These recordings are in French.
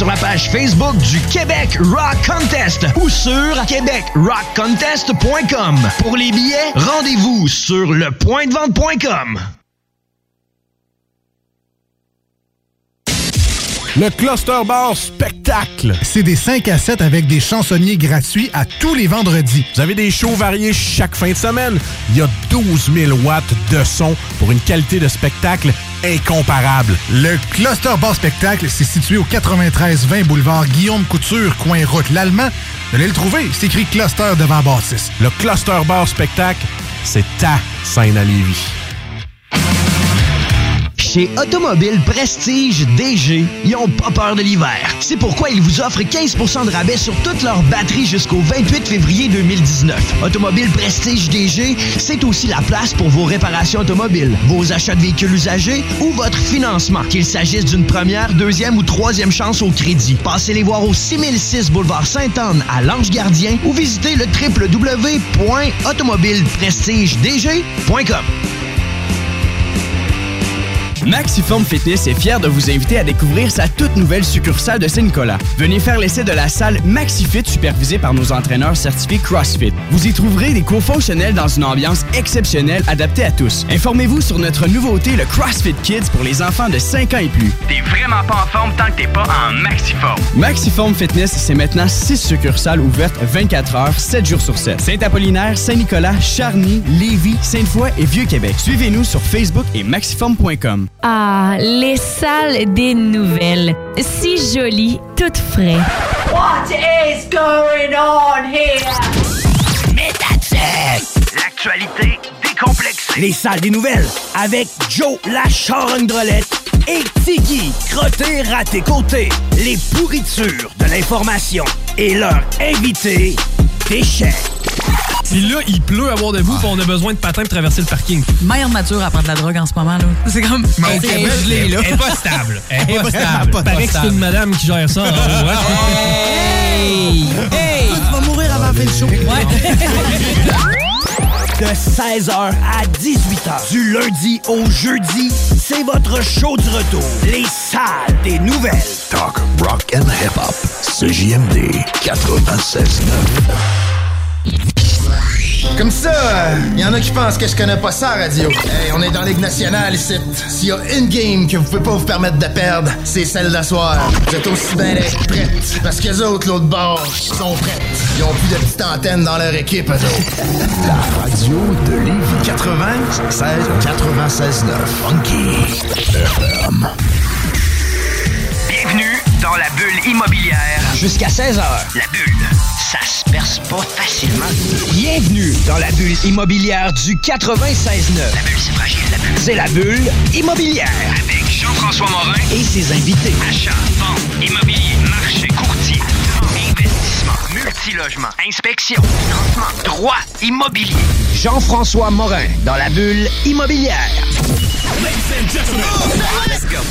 sur la page Facebook du Québec Rock Contest ou sur québecrockcontest.com. Pour les billets, rendez-vous sur lepointdevente.com. Le Cluster Bar Spectacle. C'est des 5 à 7 avec des chansonniers gratuits à tous les vendredis. Vous avez des shows variés chaque fin de semaine. Il y a 12 000 watts de son pour une qualité de spectacle incomparable. Le Cluster Bar Spectacle, c'est situé au 93-20 boulevard Guillaume Couture, coin route l'Allemand. Vous allez le trouver, c'est écrit Cluster devant Bâtisse. Le Cluster Bar Spectacle, c'est ta scène à Lévis. Chez Automobile Prestige DG, ils n'ont pas peur de l'hiver. C'est pourquoi ils vous offrent 15% de rabais sur toutes leurs batteries jusqu'au 28 février 2019. Automobile Prestige DG, c'est aussi la place pour vos réparations automobiles, vos achats de véhicules usagés ou votre financement, qu'il s'agisse d'une première, deuxième ou troisième chance au crédit. Passez les voir au 6006 boulevard Sainte-Anne à l'Ange-Gardien ou visitez le www.automobileprestigedg.com. Maxiform Fitness est fier de vous inviter à découvrir sa toute nouvelle succursale de Saint-Nicolas. Venez faire l'essai de la salle MaxiFit supervisée par nos entraîneurs certifiés CrossFit. Vous y trouverez des cours fonctionnels dans une ambiance exceptionnelle adaptée à tous. Informez-vous sur notre nouveauté, le CrossFit Kids pour les enfants de 5 ans et plus. T'es vraiment pas en forme tant que t'es pas en Maxiform. Maxiform Fitness, c'est maintenant 6 succursales ouvertes 24 heures, 7 jours sur 7. Saint-Apollinaire, Saint-Nicolas, Charny, Lévis, Sainte-Foy et Vieux-Québec. Suivez-nous sur Facebook et maxiform.com. Ah, les salles des nouvelles. Si jolies, toutes frais. What is going on here? Métatique! L'actualité décomplexée. Les salles des nouvelles avec Joe la charogne-drôlette et Tiggy, crotté, raté, côté. Les pourritures de l'information et leur invité, Déchets. Puis là, il pleut à bord de vous, puis on a besoin de patins pour traverser le parking. Mère nature à prendre de la drogue en ce moment, là. C'est comme... Mais c'est gelé, là. Elle est pas stable. Elle est pas stable. Paraît que c'est une madame qui gère ça. Hey! Hey! Tu vas mourir avant la fin du show. Ouais. De 16h à 18h, du lundi au jeudi, c'est votre show du retour. Les salles des nouvelles. Talk, rock and hip-hop. CJMD 96.9. Comme ça, y en a qui pensent que je connais pas ça, radio. Hey, on est dans la Ligue nationale ici. S'il y a une game que vous pouvez pas vous permettre de perdre, c'est celle d'asseoir. Vous êtes aussi bien d'être prêtes. Parce qu'eux autres, l'autre bord, sont prêtes. Ils ont plus de petites antennes dans leur équipe, eux autres. La radio de Lévis. 96.9. Funky FM. Bienvenue dans la bulle immobilière. Jusqu'à 16h. La bulle, ça se perce pas facilement. Bienvenue dans la bulle immobilière du 96.9. La bulle, c'est fragile, la bulle. C'est la bulle immobilière. Avec Jean-François Morin et ses invités. Achat, vente, immobilier, marché, courtier, investissement, multilogement, inspection, financement, droit immobilier. Jean-François Morin dans la bulle immobilière. Let's go.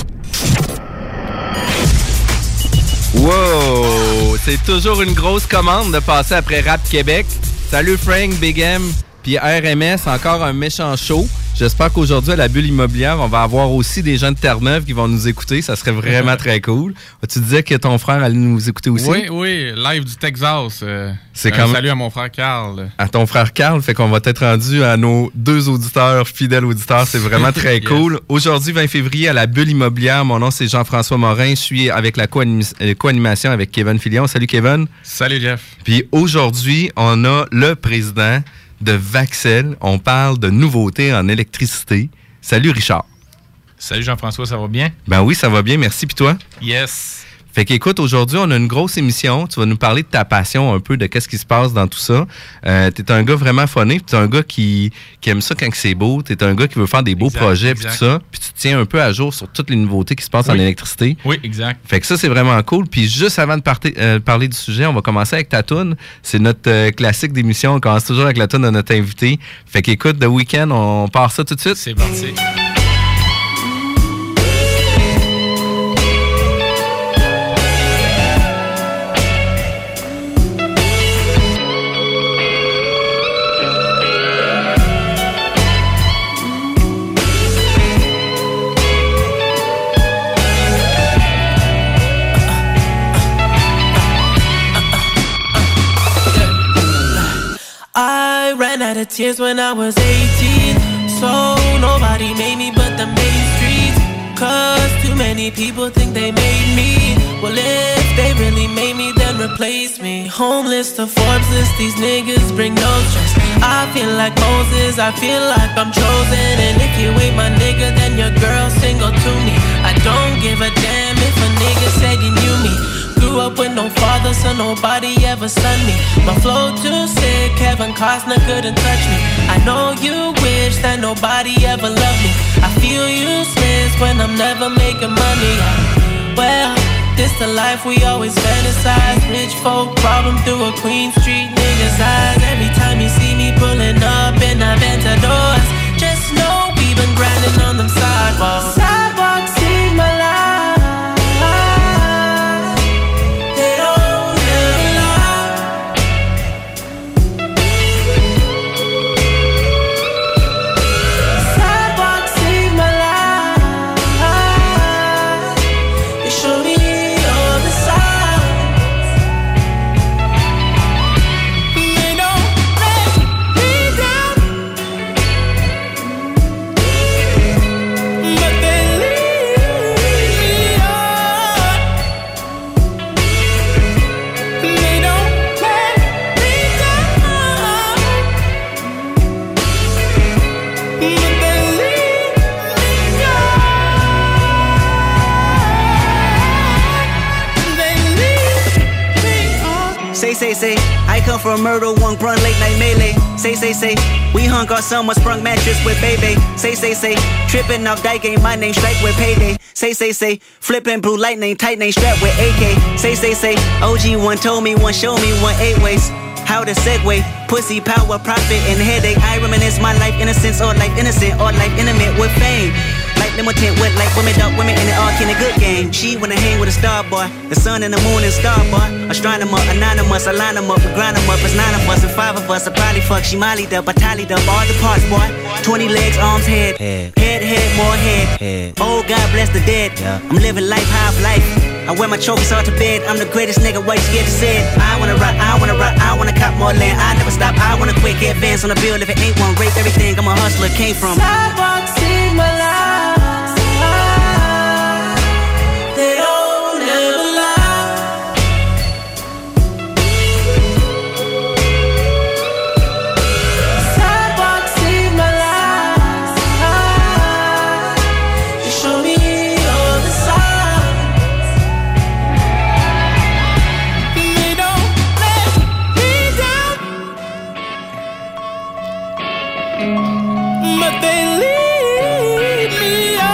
Wow! C'est toujours une grosse commande de passer après Rap Québec. Salut Frank, Big M, puis RMS, encore un méchant show. J'espère qu'aujourd'hui, à la bulle immobilière, on va avoir aussi des gens de Terre-Neuve qui vont nous écouter. Ça serait vraiment très cool. Tu disais que ton frère allait nous écouter aussi? Oui, live du Texas. Salut à mon frère Carl. À ton frère Carl, fait qu'on va être rendu à nos 2 auditeurs, fidèles auditeurs. C'est vraiment très cool. Aujourd'hui, 20 février, à la bulle immobilière, mon nom, c'est Jean-François Morin. Je suis avec la co-animation avec Kevin Filion. Salut Kevin. Salut Jeff. Puis aujourd'hui, on a le président de Vaxel. On parle de nouveautés en électricité. Salut Richard. Salut Jean-François, ça va bien? Ben oui, ça va bien, merci. Puis toi? Yes. Fait qu'écoute, aujourd'hui, on a une grosse émission. Tu vas nous parler de ta passion un peu, de qu'est-ce qui se passe dans tout ça. T'es un gars vraiment funné, puis t'es un gars qui aime ça quand c'est beau. T'es un gars qui veut faire des beaux projets, puis tout ça. Puis tu te tiens un peu à jour sur toutes les nouveautés qui se passent en électricité. Oui, exact. Fait que ça, c'est vraiment cool. Puis juste avant de parler du sujet, on va commencer avec ta toune. C'est notre classique d'émission. On commence toujours avec la toune de notre invité. Fait qu'écoute, The Weeknd, on part ça tout de suite. C'est parti. out of tears when I was 18. So nobody made me but the main streets. Cause too many people think they made me. Well, if they really made me, then replace me. Homeless to Forbes list, these niggas bring no stress. I feel like Moses, I feel like I'm chosen. And if you ain't my nigga, then your girl single to me. I don't give a damn if a nigga said he knew me. Grew up with no father, so nobody ever sunned me. My flow too sick, Kevin Costner couldn't touch me. I know you wish that nobody ever loved me. I feel useless when I'm never making money. Well, this the life we always fantasize. Rich folk problem through a Queen Street nigga's eyes. Every time you see me pulling up in Aventadors, just know we been grinding on them sidewalks. Sidewalks in my life. Say, I come from murder, one grunt, late night melee. Say, we hung our summer sprung mattress with baby. Say, tripping off dyke ain't my name, strike with payday. Say, flipping blue lightning, tight name strapped with AK. Say, OG one told me, one showed me, one 8 ways. How to segue, pussy, power, profit, and headache. I reminisce my life innocence, or life innocent, or life intimate with fame. Like limited with like women, dark women, and it all in a good game. She wanna hang with a star boy, the sun and the moon and star boy. Astronomer, anonymous, I line them up, we grind them up. It's 9 of us and 5 of us. I probably fuck, she mollied up, I tallied up all the parts, boy. 20 legs, arms, head, more head. Oh, God bless the dead. I'm living life, half life. I wear my trophies all to bed. I'm the greatest nigga, what you scared to say it? I wanna rock, I wanna cop more land. I never stop, I wanna quick advance on the bill. If it ain't one, rape everything, I'm a hustler, came from Sidewalks in my life. They don't ever lie. Sidewalks in my life. You show me all the signs. They don't let me down, but they lead me on.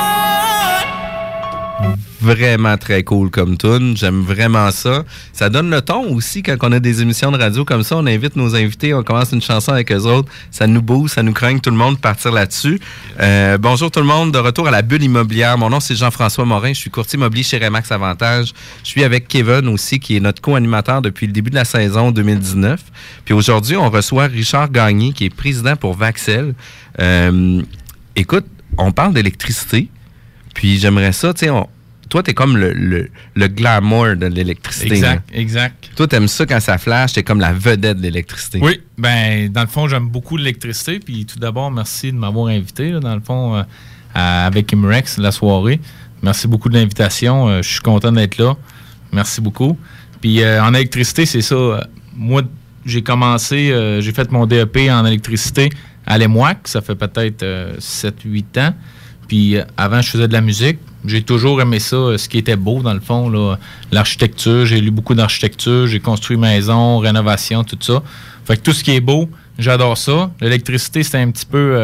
Vraiment très cool comme tune. J'aime vraiment ça. Ça donne le ton aussi quand on a des émissions de radio comme ça. On invite nos invités, on commence une chanson avec eux autres. Ça nous booste, ça nous craint tout le monde de partir là-dessus. Bonjour tout le monde, de retour à la bulle immobilière. Mon nom c'est Jean-François Morin, je suis courtier immobilier chez Remax Avantage. Je suis avec Kevin aussi, qui est notre co-animateur depuis le début de la saison 2019. Puis aujourd'hui, on reçoit Richard Gagné, qui est président pour Vaxel. Écoute, on parle d'électricité, puis j'aimerais ça, tu sais, toi, t'es comme le glamour de l'électricité. Exact, là. exact. Toi, t'aimes ça quand ça flash, t'es comme la vedette de l'électricité. Oui, ben dans le fond, j'aime beaucoup l'électricité. Puis tout d'abord, merci de m'avoir invité, là, dans le fond, avec Imrex, la soirée. Merci beaucoup de l'invitation. Je suis content d'être là. Merci beaucoup. Puis en électricité, c'est ça. Moi, j'ai commencé, j'ai fait mon DEP en électricité à l'EMWAC. Ça fait peut-être 7-8 ans. Puis avant, je faisais de la musique. J'ai toujours aimé ça, ce qui était beau, dans le fond, là, l'architecture. J'ai lu beaucoup d'architecture, j'ai construit maison, rénovation, tout ça. Fait que tout ce qui est beau, j'adore ça. L'électricité, c'était un petit peu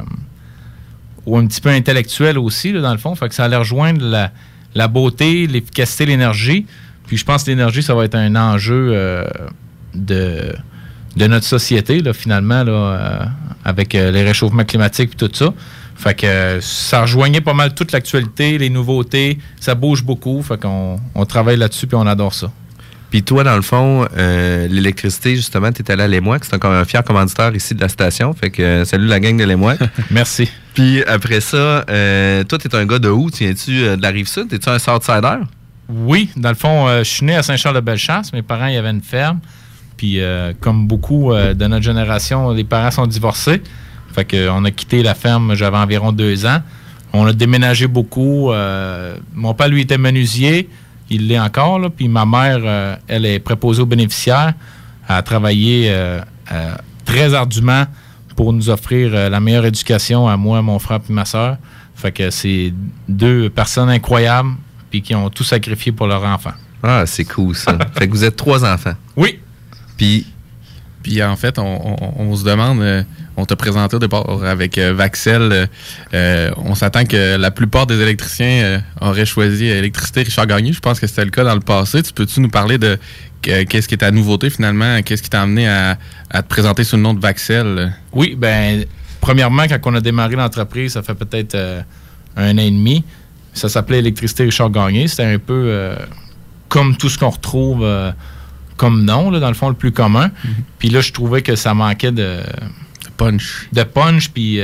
intellectuel aussi, là, dans le fond. Fait que ça allait rejoindre la beauté, l'efficacité, l'énergie. Puis je pense que l'énergie, ça va être un enjeu de notre société, là, finalement, là, avec les réchauffements climatiques et tout ça. Fait que ça rejoignait pas mal toute l'actualité, les nouveautés, ça bouge beaucoup, fait qu'on travaille là-dessus puis on adore ça. Puis toi, dans le fond, l'électricité, justement, tu es allé à l'EMWAC, c'est encore un fier commanditaire ici de la station, fait que salut la gang de l'EMWAC. Merci. Puis après ça, toi, tu es un gars de où? Tiens-tu de la Rive-Sud? Es-tu un Southsider? Oui, dans le fond, je suis né à Saint-Charles-de-Bellechasse, mes parents, il y avait une ferme, Puis comme beaucoup de notre génération, les parents sont divorcés. Fait qu'on a quitté la ferme, j'avais environ 2 ans. On a déménagé beaucoup. Mon père, lui, était menuisier. Il l'est encore. Là. Puis ma mère, elle est préposée aux bénéficiaires. Elle a travaillé très ardument pour nous offrir la meilleure éducation à moi, mon frère et ma soeur. Fait que c'est 2 personnes incroyables puis qui ont tout sacrifié pour leur enfant. Ah, c'est cool, ça. Fait que vous êtes 3 enfants. Oui. Puis en fait, on se demande, on t'a présenté au départ avec Vaxel, on s'attend que la plupart des électriciens auraient choisi Électricité Richard Gagné. Je pense que c'était le cas dans le passé. Peux-tu nous parler de qu'est-ce qui est ta nouveauté finalement? Qu'est-ce qui t'a amené à te présenter sous le nom de Vaxel? Oui, bien, premièrement, quand on a démarré l'entreprise, ça fait peut-être 1 an et demi, ça s'appelait Électricité Richard Gagné. C'était un peu comme tout ce qu'on retrouve comme nom, là, dans le fond, le plus commun. Puis là, je trouvais que ça manquait de punch. De punch, puis...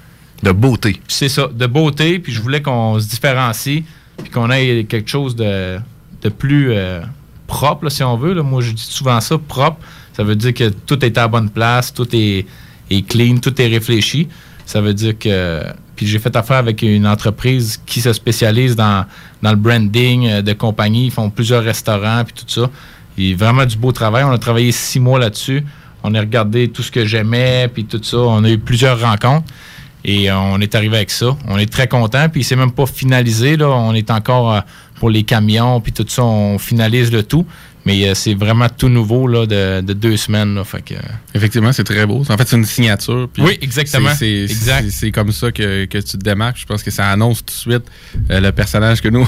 de beauté. C'est ça, de beauté. Puis je voulais qu'on se différencie, puis qu'on ait quelque chose de plus propre, là, si on veut. Là. Moi, je dis souvent ça, propre. Ça veut dire que tout est à la bonne place, tout est clean, tout est réfléchi. Ça veut dire que... Puis j'ai fait affaire avec une entreprise qui se spécialise dans le branding de compagnie. Ils font plusieurs restaurants, puis tout ça. Il y a vraiment du beau travail. On a travaillé 6 mois là-dessus. On a regardé tout ce que j'aimais, puis tout ça. On a eu plusieurs rencontres et on est arrivé avec ça. On est très contents, puis c'est même pas finalisé. Là. On est encore pour les camions, puis tout ça, on finalise le tout. Mais c'est vraiment tout nouveau là, de 2 semaines. Là, fait que... Effectivement, c'est très beau. En fait, c'est une signature. Puis oui, exactement. C'est comme ça que tu te démarques. Je pense que ça annonce tout de suite le personnage que nous,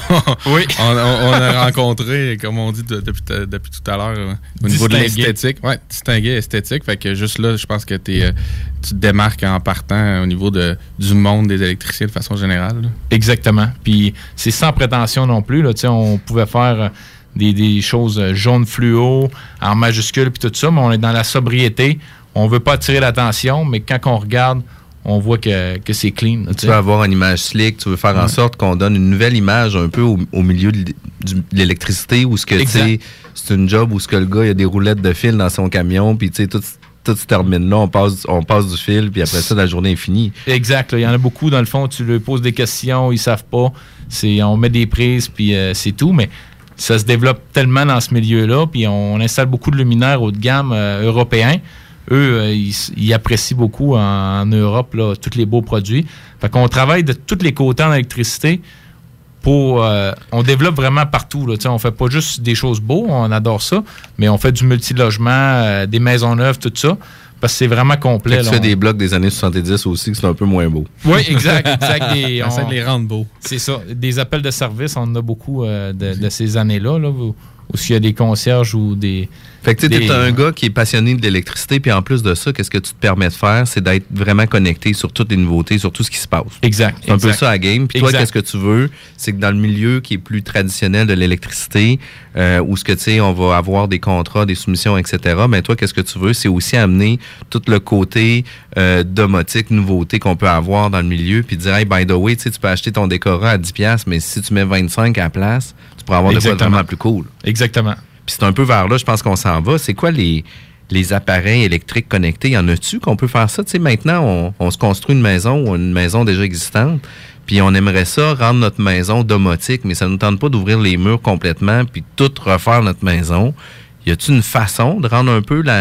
on a rencontré, comme on dit depuis tout à l'heure, au niveau de l'esthétique. Oui, distingué, esthétique. Fait que juste là, je pense que tu te démarques en partant au niveau du monde des électriciens de façon générale. Là. Exactement. Puis c'est sans prétention non plus. Là. On pouvait faire... Des choses jaune fluo, en majuscule, puis tout ça, mais on est dans la sobriété. On veut pas attirer l'attention, mais quand on regarde, on voit que c'est clean. Tu veux avoir une image slick, tu veux faire en sorte qu'on donne une nouvelle image un peu au milieu de l'électricité, où c'est une job où le gars, il a des roulettes de fil dans son camion, puis tu sais, tout se termine là, on passe du fil, puis après ça, la journée est finie. Exact. Il y en a beaucoup, dans le fond, tu leur poses des questions, ils savent pas. On met des prises, puis c'est tout, mais ça se développe tellement dans ce milieu-là, puis on installe beaucoup de luminaires haut de gamme européens. Eux, ils apprécient beaucoup en Europe là, tous les beaux produits. Fait qu'on travaille de tous les côtés en électricité pour... on développe vraiment partout. Là. On fait pas juste des choses beaux, on adore ça, mais on fait du multilogement, des maisons neuves, tout ça. Parce que c'est vraiment complet. Tu fais des blocs des années 70 aussi, que c'est un peu moins beau. Oui, exact. On essaie de les rendre beaux. C'est ça. Des appels de service, on en a beaucoup de ces années-là, là, où s'il y a des concierges ou des... Fait que tu es un gars qui est passionné de l'électricité, puis en plus de ça, qu'est-ce que tu te permets de faire, c'est d'être vraiment connecté sur toutes les nouveautés, sur tout ce qui se passe. Exact. C'est un peu ça à game. Puis toi, qu'est-ce que tu veux? C'est que dans le milieu qui est plus traditionnel de l'électricité, où ce que tu sais, on va avoir des contrats, des soumissions, etc. Ben toi, qu'est-ce que tu veux? C'est aussi amener tout le côté domotique, nouveauté qu'on peut avoir dans le milieu, puis dire, hey, by the way, tu peux acheter ton décorat à 10$, mais si tu mets 25 à la place, tu pourras avoir des fois vraiment plus cool. Exactement. Puis c'est un peu vers là, je pense qu'on s'en va. C'est quoi les appareils électriques connectés? Y en a-tu qu'on peut faire ça? Tu sais, maintenant, on se construit une maison ou une maison déjà existante, puis on aimerait ça rendre notre maison domotique, mais ça ne nous tente pas d'ouvrir les murs complètement puis tout refaire notre maison. Y a-t-il une façon de rendre un peu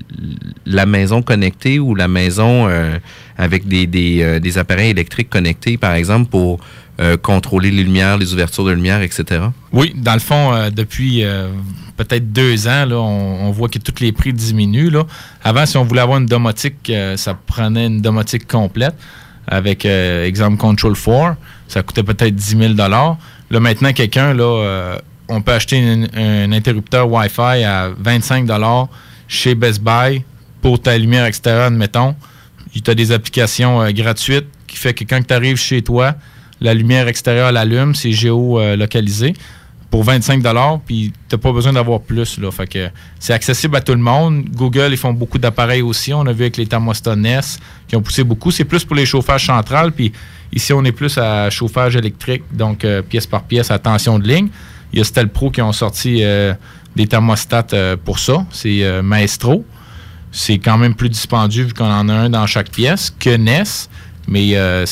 la maison connectée ou la maison avec des appareils électriques connectés, par exemple, pour contrôler les lumières, les ouvertures de lumière, etc.? Oui, dans le fond, depuis peut-être 2 ans, là, on voit que tous les prix diminuent. Là. Avant, si on voulait avoir une domotique, ça prenait une domotique complète avec, exemple, Control 4. Ça coûtait peut-être 10 000 $. Là, maintenant, quelqu'un, là, on peut acheter un interrupteur Wi-Fi à 25 $ chez Best Buy pour ta lumière extérieure, admettons. Tu as des applications gratuites qui fait que quand tu arrives chez toi, la lumière extérieure l'allume, c'est géolocalisé pour 25 $, puis tu n'as pas besoin d'avoir plus. Là. Fait que c'est accessible à tout le monde. Google, ils font beaucoup d'appareils aussi. On a vu avec les thermostats Nest qui ont poussé beaucoup. C'est plus pour les chauffages centrales, puis ici, on est plus à chauffage électrique, donc pièce par pièce, à tension de ligne. Il y a Stelpro qui ont sorti thermostats pour ça. C'est Maestro. C'est quand même plus dispendieux vu qu'on en a un dans chaque pièce que Nest, mais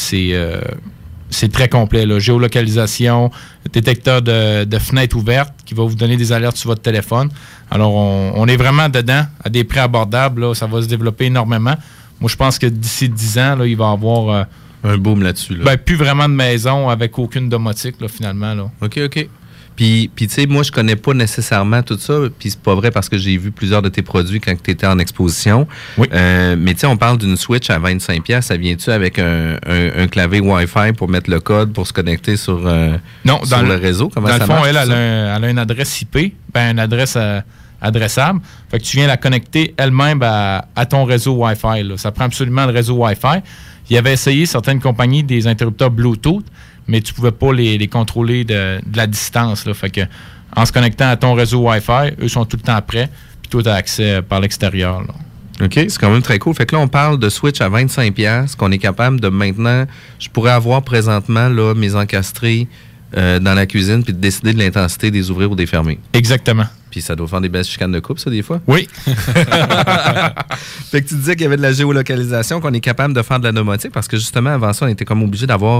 c'est très complet, là. Géolocalisation, détecteur de fenêtres ouvertes qui va vous donner des alertes sur votre téléphone. Alors, on est vraiment dedans à des prix abordables. Là. Ça va se développer énormément. Moi, je pense que d'ici 10 ans, là, il va y avoir... un boom là-dessus. Là. Ben, plus vraiment de maison avec aucune domotique, là, finalement. Là. OK. Puis tu sais, moi, je connais pas nécessairement tout ça, puis c'est pas vrai parce que j'ai vu plusieurs de tes produits quand tu étais en exposition. Oui. Mais tu sais, on parle d'une Switch à 25$. Ça vient-tu avec un clavier Wi-Fi pour mettre le code pour se connecter sur le réseau? Comment ça marche? Dans le fond, elle a une adresse IP, une adresse adressable. Fait que tu viens la connecter elle-même à ton réseau Wi-Fi. Là. Ça prend absolument le réseau Wi-Fi. Il avait essayé certaines compagnies des interrupteurs Bluetooth, mais tu ne pouvais pas les contrôler de la distance. Là. Fait que, en se connectant à ton réseau Wi-Fi, eux sont tout le temps prêts, puis toi, tu as accès par l'extérieur. Là. OK, c'est quand même très cool. Fait que là, on parle de Switch à 25$, qu'on est capable de maintenant... Je pourrais avoir présentement là, mes encastrés dans la cuisine, puis de décider de l'intensité des ouvrir ou des fermer. Exactement. Puis ça doit faire des belles chicanes de coupe, ça, des fois? Oui. Fait que tu disais qu'il y avait de la géolocalisation, qu'on est capable de faire de la domotique, parce que justement, avant ça, on était comme obligé d'avoir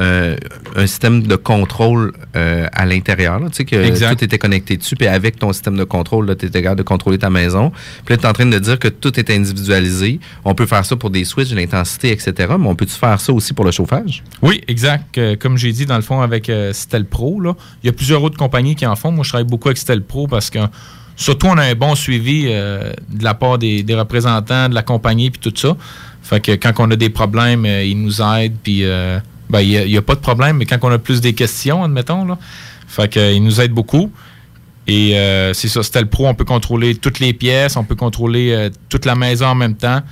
un système de contrôle à l'intérieur. Tu sais, que tout était connecté dessus, puis avec ton système de contrôle, tu étais capable de contrôler ta maison. Puis là, tu es en train de dire que tout est individualisé. On peut faire ça pour des switches, l'intensité, etc. Mais on peut-tu faire ça aussi pour le chauffage? Oui, exact. Comme j'ai dit, dans le fond, avec Stel Pro, là, il y a plusieurs autres compagnies qui en font. Moi, je travaille beaucoup avec Stel Pro parce que surtout, on a un bon suivi de la part des représentants de la compagnie puis tout ça. Fait que quand on a des problèmes, ils nous aident. Puis, il n'y a pas de problème, mais quand on a plus des questions, admettons, là, fait qu'ils nous aident beaucoup. Et c'est ça, Stel Pro, on peut contrôler toutes les pièces, on peut contrôler toute la maison en même temps.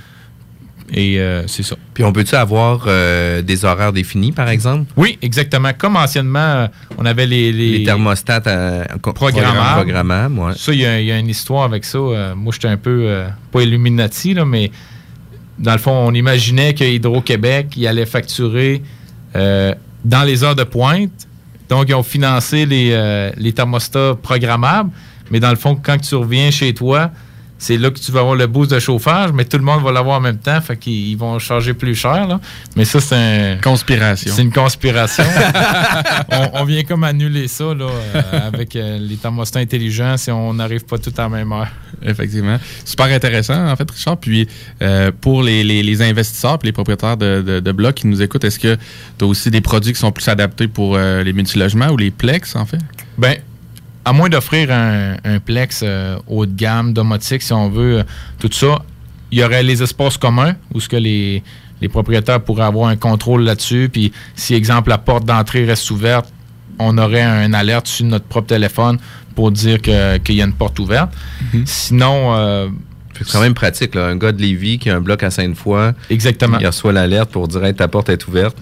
Et c'est ça. Puis on peut-tu avoir des horaires définis, par exemple? Oui, exactement. Comme anciennement, on avait les thermostats programmables. Ouais. Ça, il y a une histoire avec ça. Moi, j'étais un peu, pas Illuminati, là, mais dans le fond, on imaginait que Hydro-Québec, il allait facturer dans les heures de pointe. Donc, ils ont financé les thermostats programmables. Mais dans le fond, quand tu reviens chez toi, c'est là que tu vas avoir le boost de chauffage, mais tout le monde va l'avoir en même temps, fait qu'ils vont charger plus cher. Là. Mais ça, c'est conspiration. C'est une conspiration. on vient comme annuler ça là, avec les thermostats intelligents si on n'arrive pas tout à la même heure. Effectivement. Super intéressant, en fait, Richard. Puis, pour les investisseurs et les propriétaires de blocs qui nous écoutent, est-ce que tu as aussi des produits qui sont plus adaptés pour les multilogements ou les plex, en fait? Bien, à moins d'offrir un plex haut de gamme, domotique, si on veut, tout ça, il y aurait les espaces communs où ce que les propriétaires pourraient avoir un contrôle là-dessus. Puis, si, exemple, la porte d'entrée reste ouverte, on aurait une alerte sur notre propre téléphone pour dire qu'il y a une porte ouverte. Mm-hmm. Sinon... c'est quand même pratique, là. Un gars de Lévis qui a un bloc à Sainte-Foy. Exactement. Il reçoit l'alerte pour dire hey, ta porte est ouverte.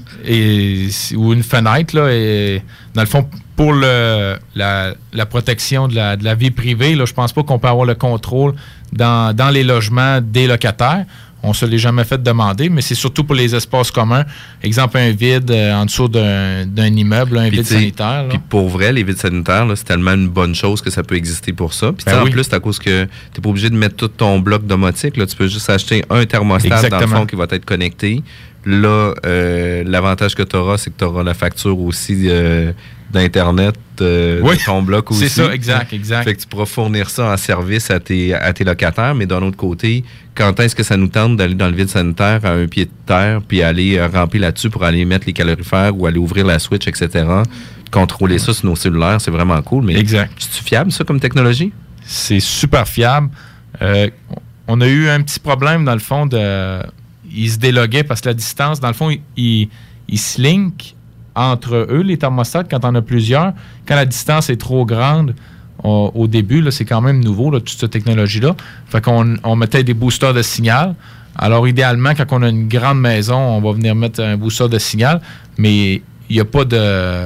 Ou une fenêtre, là. Et dans le fond, pour la protection de la vie privée, là, je pense pas qu'on peut avoir le contrôle dans les logements des locataires. On se l'est jamais fait demander, mais c'est surtout pour les espaces communs. Exemple, un vide en dessous d'un immeuble, un vide sanitaire. Puis pour vrai, les vides sanitaires, là, c'est tellement une bonne chose que ça peut exister pour ça. Puis en plus, c'est à cause que tu n'es pas obligé de mettre tout ton bloc domotique. Là, tu peux juste acheter un thermostat dans le fond qui va être connecté. Là, l'avantage que tu auras, c'est que tu auras la facture aussi d'Internet de ton bloc aussi. C'est ça, exact. Fait que tu pourras fournir ça en service à tes locataires, mais d'un autre côté, quand est-ce que ça nous tente d'aller dans le vide sanitaire à un pied de terre, puis aller remplir là-dessus pour aller mettre les calorifères ou aller ouvrir la switch, etc., contrôler ça sur nos cellulaires, c'est vraiment cool. Mais exact. C'est-tu fiable, ça, comme technologie? C'est super fiable. On a eu un petit problème, dans le fond, ils se déloguaient parce que la distance, dans le fond, ils se linkent entre eux, les thermostats, quand on a plusieurs. Quand la distance est trop grande, au début, là, c'est quand même nouveau, là, toute cette technologie-là. Fait qu'on mettait des boosters de signal. Alors, idéalement, quand on a une grande maison, on va venir mettre un booster de signal, mais il n'y a pas de...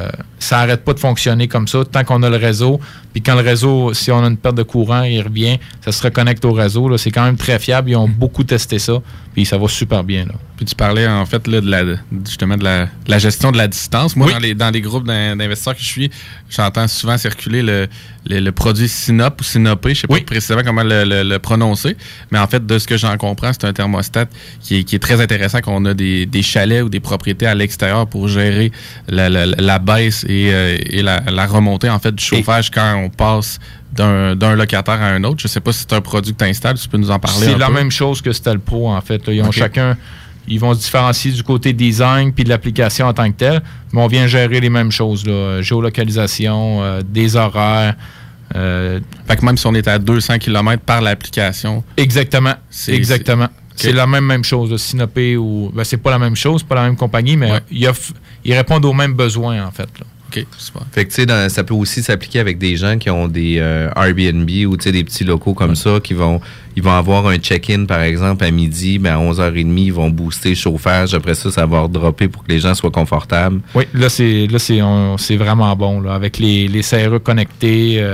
ça n'arrête pas de fonctionner comme ça tant qu'on a le réseau. Puis quand le réseau, si on a une perte de courant, il revient, ça se reconnecte au réseau. Là. C'est quand même très fiable. Ils ont beaucoup testé ça. Puis ça va super bien. Là. Puis tu parlais en fait là, justement de la gestion de la distance. Moi, dans les groupes d'investisseurs que je suis, j'entends souvent circuler le produit Synop ou Synopé. Je ne sais pas précisément comment le prononcer. Mais en fait, de ce que j'en comprends, c'est un thermostat qui est très intéressant, qu'on a des chalets ou des propriétés à l'extérieur pour gérer la baisse et la remontée en fait du chauffage quand on passe d'un locataire à un autre. Je ne sais pas si c'est un produit que tu installes, tu peux nous en parler un peu? C'est la même chose que Stell Pro, en fait. Là. Ils ont chacun, ils vont se différencier du côté design puis de l'application en tant que telle, mais on vient gérer les mêmes choses, là. Géolocalisation, des horaires. Fait que même si on est à 200 km par l'application. Exactement. Exactement. Okay. C'est la même chose, là. Synopé ou. Ben, c'est pas la même chose, c'est pas la même compagnie, mais ils répondent aux mêmes besoins, en fait. Là. OK, super. Fait que, tu sais, ça peut aussi s'appliquer avec des gens qui ont des Airbnb ou, tu sais, des petits locaux comme ça, ils vont avoir un check-in, par exemple, à midi, à 11h30, ils vont booster le chauffage. Après ça, ça va redropper pour que les gens soient confortables. Oui, là, c'est vraiment bon, là, avec les CRE connectés.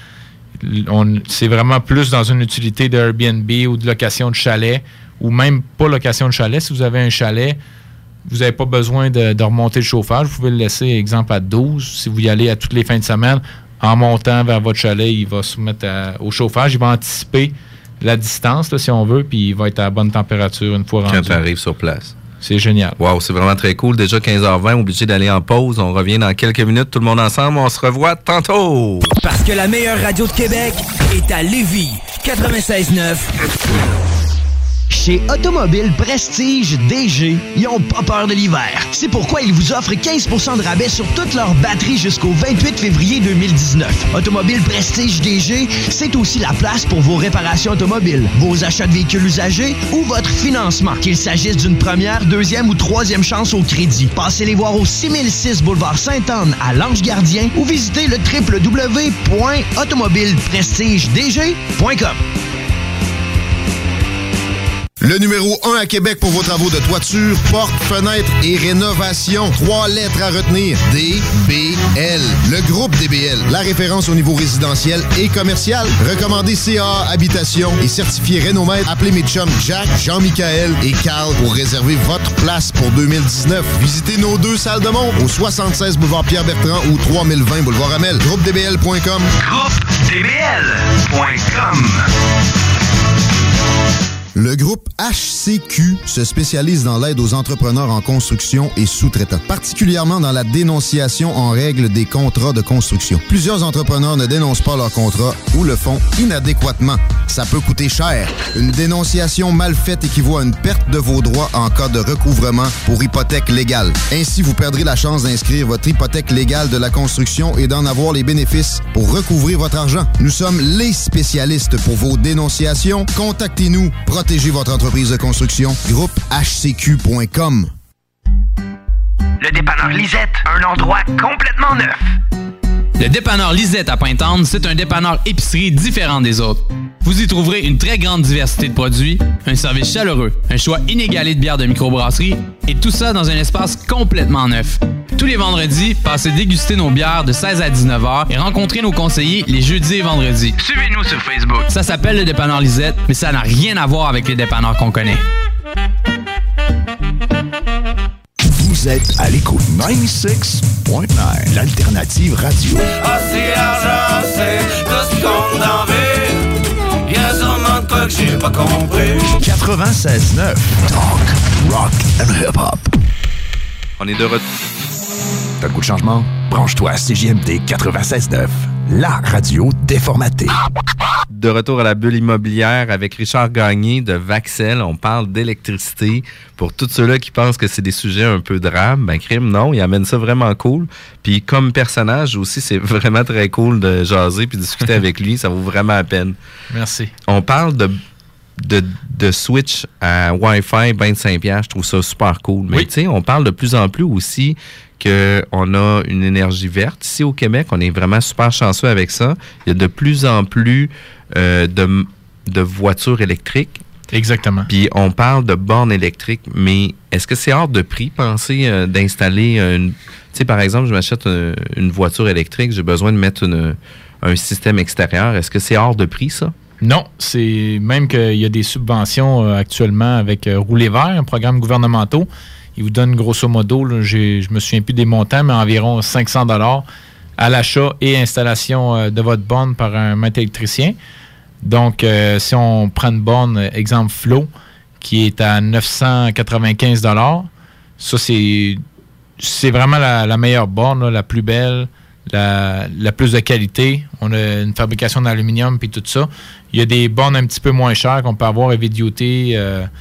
C'est vraiment plus dans une utilité de Airbnb ou de location de chalet, ou même pas location de chalet. Si vous avez un chalet, vous n'avez pas besoin de remonter le chauffage. Vous pouvez le laisser, exemple, à 12. Si vous y allez à toutes les fins de semaine, en montant vers votre chalet, il va se mettre au chauffage. Il va anticiper la distance, là, si on veut, puis il va être à la bonne température une fois rendu. Quand tu arrives sur place. C'est génial. Wow, c'est vraiment très cool. Déjà 15h20, obligé d'aller en pause. On revient dans quelques minutes, tout le monde ensemble. On se revoit tantôt. Parce que la meilleure radio de Québec est à Lévis. 96.9. Chez Automobile Prestige DG, ils ont pas peur de l'hiver. C'est pourquoi ils vous offrent 15% de rabais sur toutes leurs batteries jusqu'au 28 février 2019. Automobile Prestige DG, c'est aussi la place pour vos réparations automobiles, vos achats de véhicules usagés ou votre financement, qu'il s'agisse d'une première, deuxième ou troisième chance au crédit. Passez les voir au 6006 boulevard Sainte-Anne à l'Ange-Gardien ou visitez le www.automobileprestigedg.com. Le numéro 1 à Québec pour vos travaux de toiture, portes, fenêtres et rénovation. 3 lettres à retenir. DBL. Le groupe DBL. La référence au niveau résidentiel et commercial. Recommandé CA Habitation et certifié Rénomètre. Appelez mes chums Jack, Jean-Michaël et Carl pour réserver votre place pour 2019. Visitez nos 2 salles de monde au 76 boulevard Pierre-Bertrand ou 3020 boulevard Amel. GroupeDBL.com. GroupeDBL.com. Le groupe HCQ se spécialise dans l'aide aux entrepreneurs en construction et sous-traitants, particulièrement dans la dénonciation en règle des contrats de construction. Plusieurs entrepreneurs ne dénoncent pas leurs contrats ou le font inadéquatement. Ça peut coûter cher. Une dénonciation mal faite équivaut à une perte de vos droits en cas de recouvrement pour hypothèque légale. Ainsi, vous perdrez la chance d'inscrire votre hypothèque légale de la construction et d'en avoir les bénéfices pour recouvrir votre argent. Nous sommes les spécialistes pour vos dénonciations. Contactez-nous. Protégez votre entreprise de construction. GroupeHCQ.com. Le dépanneur Lisette, un endroit complètement neuf. Le dépanneur Lisette à Pointe-Anne, c'est un dépanneur épicerie différent des autres. Vous y trouverez une très grande diversité de produits, un service chaleureux, un choix inégalé de bières de microbrasserie et tout ça dans un espace complètement neuf. Tous les vendredis, passez déguster nos bières de 16 à 19 h et rencontrez nos conseillers les jeudis et vendredis. Suivez-nous sur Facebook. Ça s'appelle le dépanneur Lisette, mais ça n'a rien à voir avec les dépanneurs qu'on connaît. Vous êtes à l'écoute 96.9, l'alternative radio. Ah, c'est l'argent, c'est tout ce qu'on en veut. Y'a sûrement de quoi que j'ai pas compris. 96.9, talk, rock and hip-hop. On est de retour. T'as le goût de changement? Branche-toi à CJMD 96.9, la radio déformatée. De retour à la bulle immobilière avec Richard Gagné de Vaxel. On parle d'électricité. Pour tous ceux-là qui pensent que c'est des sujets un peu drames, ben crime, non, il amène ça vraiment cool. Puis comme personnage aussi, c'est vraiment très cool de jaser puis discuter avec lui. Ça vaut vraiment la peine. Merci. On parle de switch à Wi-Fi 25$. Je trouve ça super cool. Mais tu sais, on parle de plus en plus aussi qu'on a une énergie verte. Ici au Québec, on est vraiment super chanceux avec ça. Il y a de plus en plus de voitures électriques. Exactement. Puis on parle de bornes électriques, mais est-ce que c'est hors de prix, penser d'installer une... Tu sais, par exemple, je m'achète une voiture électrique, j'ai besoin de mettre un système extérieur. Est-ce que c'est hors de prix, ça? Non, c'est même qu'il y a des subventions actuellement avec Rouler Vert, un programme gouvernemental. Ils vous donnent grosso modo, là, je me souviens plus des montants, mais environ 500 $ à l'achat et installation de votre borne par un maître électricien. Donc, si on prend une borne, exemple Flow, qui est à 995 $, ça, c'est vraiment la meilleure borne, là, la plus belle, la plus de qualité. On a une fabrication d'aluminium puis tout ça. Il y a des bornes un petit peu moins chères qu'on peut avoir, heavy-duty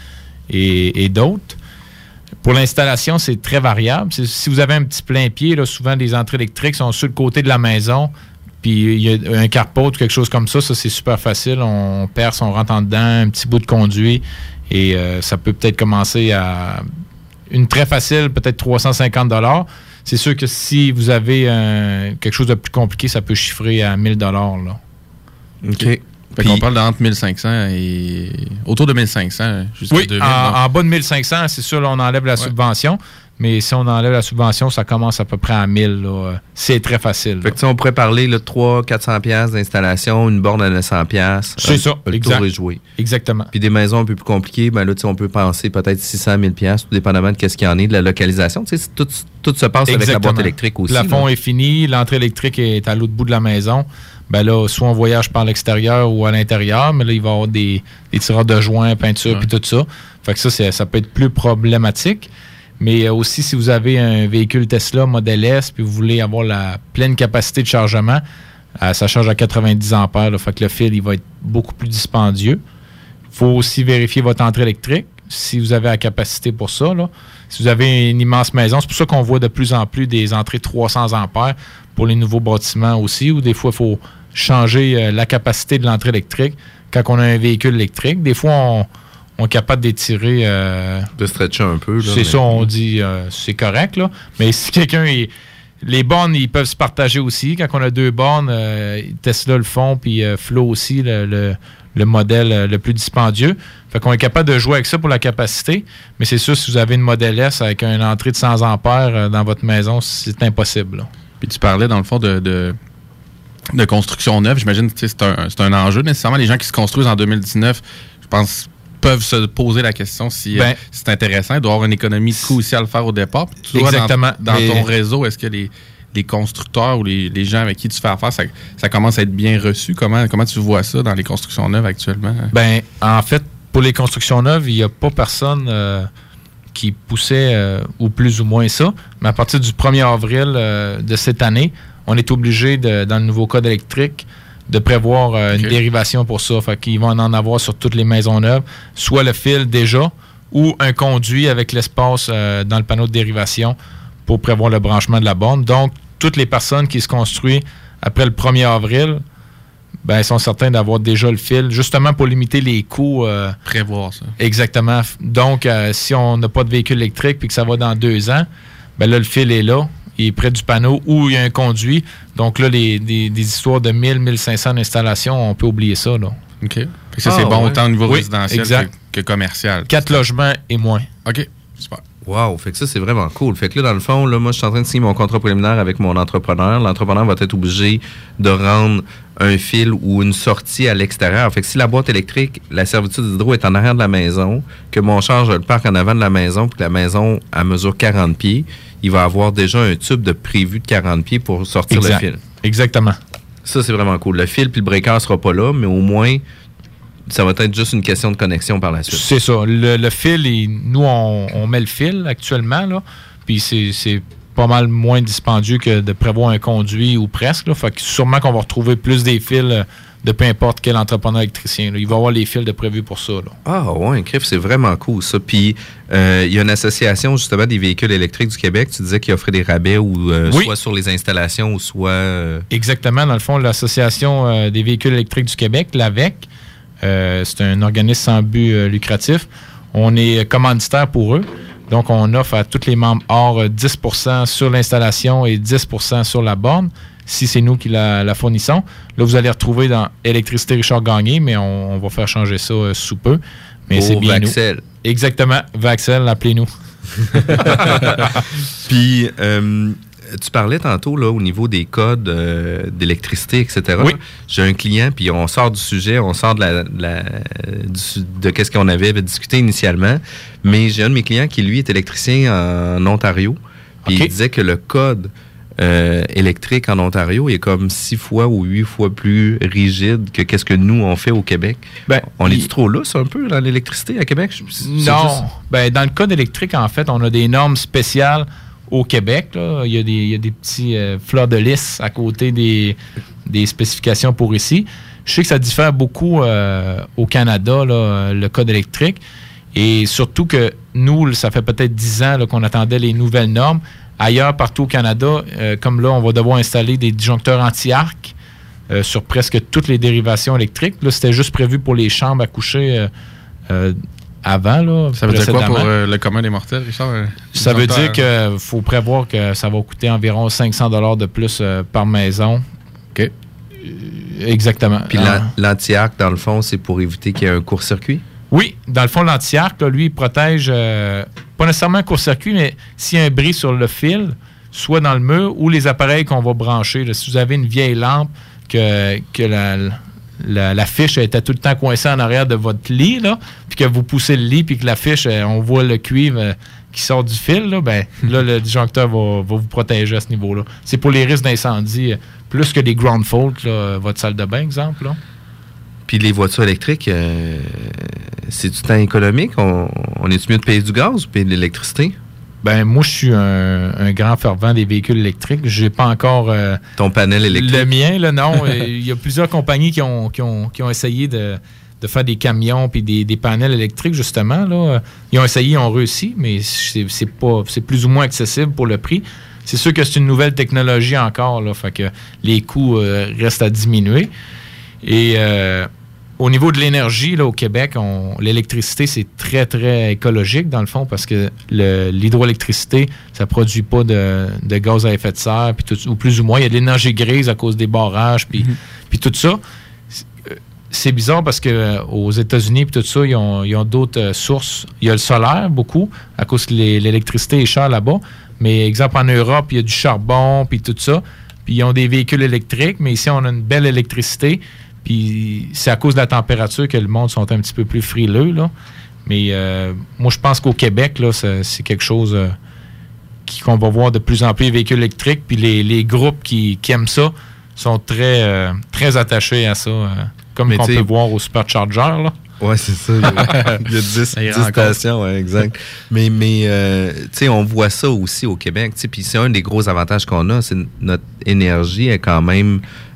et d'autres. Pour l'installation, c'est très variable. Si vous avez un petit plein pied, là, souvent les entrées électriques sont sur le côté de la maison, puis il y a un carport ou quelque chose comme ça, c'est super facile. On perce, on rentre en dedans, un petit bout de conduit, et ça peut peut-être commencer à une très facile, peut-être 350 $. C'est sûr que si vous avez quelque chose de plus compliqué, ça peut chiffrer à 1000 $. Là. OK. Fait qu'on parle d'entre 1500 et... Autour de 1500 jusqu'à 2000. En bas de 1500, c'est sûr, là, on enlève la subvention. Mais si on enlève la subvention, ça commence à peu près à 1000. Là. C'est très facile. Fait que on pourrait parler de 300-400$ d'installation, une borne à 900$. C'est ça, le exact. tour est joué. Exactement. Puis des maisons un peu plus compliquées, ben là, on peut penser peut-être 600-1000$, tout dépendamment de ce qu'il y en est, de la localisation. Tout se passe avec la boîte électrique aussi. Le plafond est fini, l'entrée électrique est à l'autre bout de la maison. Ben là, soit on voyage par l'extérieur ou à l'intérieur, mais là, il va y avoir des tireurs de joints, peinture, puis tout ça. Fait que ça peut être plus problématique. Mais aussi, si vous avez un véhicule Tesla Model S puis vous voulez avoir la pleine capacité de chargement, ça charge à 90 ampères. Là, fait que le fil, il va être beaucoup plus dispendieux. Il faut aussi vérifier votre entrée électrique, si vous avez la capacité pour ça. Là. Si vous avez une immense maison, c'est pour ça qu'on voit de plus en plus des entrées 300 ampères pour les nouveaux bâtiments aussi, où des fois, il faut changer la capacité de l'entrée électrique quand on a un véhicule électrique. Des fois, on est capable d'étirer... de stretcher un peu. Là, c'est ça, on dit c'est correct. Là. Mais si quelqu'un... Les bornes, ils peuvent se partager aussi. Quand on a deux bornes, Tesla le font, puis Flow aussi, le modèle le plus dispendieux. Fait qu'on est capable de jouer avec ça pour la capacité. Mais c'est sûr, si vous avez une Model S avec une entrée de 100 ampères dans votre maison, c'est impossible. Là. Puis tu parlais, dans le fond, de construction neuve. J'imagine que c'est un enjeu. Nécessairement, les gens qui se construisent en 2019, je pense... peuvent se poser la question si c'est intéressant. Il doit y avoir une économie de coût aussi à le faire au départ. Tu vois, exactement. Dans ton réseau, est-ce que les constructeurs ou les gens avec qui tu fais affaire, ça commence à être bien reçu? Comment tu vois ça dans les constructions neuves actuellement? En fait, pour les constructions neuves, il n'y a pas personne qui poussait ou plus ou moins ça. Mais à partir du 1er avril de cette année, on est obligé, dans le nouveau code électrique, de prévoir une dérivation pour ça. Fait qu'ils vont en avoir sur toutes les maisons neuves, soit le fil déjà, ou un conduit avec l'espace dans le panneau de dérivation pour prévoir le branchement de la borne. Donc, toutes les personnes qui se construisent après le 1er avril, ils sont certains d'avoir déjà le fil, justement pour limiter les coûts. Prévoir ça. Exactement. Donc, si on n'a pas de véhicule électrique puis que ça va dans 2 ans, là, le fil est là. Il est près du panneau où il y a un conduit. Donc là, des histoires de 1000, 1500 d'installation, on peut oublier ça. Là. OK. Ça, c'est bon autant au niveau résidentiel que commercial. 4 logements et moins. OK. Super. Wow. Fait que ça, c'est vraiment cool. Fait que là, dans le fond, là, moi, je suis en train de signer mon contrat préliminaire avec mon entrepreneur. L'entrepreneur va être obligé de rendre un fil ou une sortie à l'extérieur. Fait que si la boîte électrique, la servitude d'hydro est en arrière de la maison, que mon char, je le parque en avant de la maison, puis que la maison, elle mesure 40 pieds, il va avoir déjà un tube de prévu de 40 pieds pour sortir le fil. Exactement. Ça, c'est vraiment cool. Le fil puis le breaker ne sera pas là, mais au moins, ça va être juste une question de connexion par la suite. C'est ça. Le fil, nous, on met le fil actuellement, là, puis c'est pas mal moins dispendieux que de prévoir un conduit ou presque. Là. Fait que sûrement qu'on va retrouver plus des fils de peu importe quel entrepreneur électricien. Là. Il va y avoir les fils de prévus pour ça. Là. Ah ouais, Criff, c'est vraiment cool ça. Puis il y a une association justement des véhicules électriques du Québec. Tu disais qu'il offrait des rabais ou soit sur les installations ou soit... Exactement. Dans le fond, l'Association des véhicules électriques du Québec, l'AVEC, c'est un organisme sans but lucratif. On est commanditaire pour eux. Donc, on offre à tous les membres hors 10 % sur l'installation et 10 % sur la borne, si c'est nous qui la fournissons. Là, vous allez retrouver dans Électricité Richard Gagné, mais on va faire changer ça sous peu. Mais c'est bien Vaxel. nous. Exactement. Vaxel, appelez-nous. Puis, tu parlais tantôt là, au niveau des codes d'électricité, etc. Oui. J'ai un client, puis on sort du sujet, on sort de qu'est-ce qu'on avait discuté initialement, mais j'ai un de mes clients qui, lui, est électricien en Ontario, puis il disait que le code électrique en Ontario est comme 6 fois ou 8 fois plus rigide que qu'est-ce que nous, on fait au Québec. On est trop lousse un peu dans l'électricité à Québec? Non. Dans le code électrique, en fait, on a des normes spéciales au Québec. Là. Il y a des petits fleurs de lys à côté des spécifications pour ici. Je sais que ça diffère beaucoup au Canada, là, le code électrique. Et surtout que nous, ça fait peut-être 10 ans là, qu'on attendait les nouvelles normes. Ailleurs, partout au Canada, comme là, on va devoir installer des disjoncteurs anti-arc sur presque toutes les dérivations électriques. Là, c'était juste prévu pour les chambres à coucher avant. Là, ça veut dire quoi pour le commun des mortels, Richard? Ça veut dire qu'il faut prévoir que ça va coûter environ 500 $ de plus par maison. OK. Exactement. Puis l'anti-arc, dans le fond, c'est pour éviter qu'il y ait un court-circuit? Oui, dans le fond, l'anti-arc, là, lui, il protège, pas nécessairement un court-circuit, mais s'il y a un bris sur le fil, soit dans le mur ou les appareils qu'on va brancher. Là, si vous avez une vieille lampe, que la fiche était tout le temps coincée en arrière de votre lit, là, puis que vous poussez le lit, puis que la fiche, on voit le cuivre qui sort du fil, là, là, le disjoncteur va vous protéger à ce niveau-là. C'est pour les risques d'incendie, plus que les ground faults, là, votre salle de bain, exemple, là. Puis les voitures électriques, c'est du temps économique? On est-tu mieux de payer du gaz ou payer de l'électricité? Moi, je suis un grand fervent des véhicules électriques. J'ai pas encore... ton panel électrique? Le mien, là, non. Il y a plusieurs compagnies qui ont essayé de faire des camions puis des panels électriques, justement. Là. Ils ont essayé, ils ont réussi, mais c'est plus ou moins accessible pour le prix. C'est sûr que c'est une nouvelle technologie encore, là, fait que les coûts restent à diminuer. Et au niveau de l'énergie, là, au Québec, l'électricité, c'est très, très écologique, dans le fond, parce que l'hydroélectricité, ça ne produit pas de gaz à effet de serre, ou plus ou moins. Il y a de l'énergie grise à cause des barrages, puis tout ça. C'est bizarre parce qu'aux États-Unis, puis tout ça, ils ont d'autres sources. Il y a le solaire, beaucoup, à cause que l'électricité est chère là-bas. Mais, exemple, en Europe, il y a du charbon, puis tout ça. Puis ils ont des véhicules électriques, mais ici, on a une belle électricité. Puis c'est à cause de la température que le monde sont un petit peu plus frileux, là. Mais moi, je pense qu'au Québec, là, c'est quelque chose qu'on va voir de plus en plus, les véhicules électriques. Puis les groupes qui aiment ça sont très, très attachés à ça, comme on peut voir au Supercharger, là. Oui, c'est ça. Il y a 10 stations, ouais, exact. Mais tu sais, on voit ça aussi au Québec. Puis c'est un des gros avantages qu'on a, c'est notre énergie est quand même...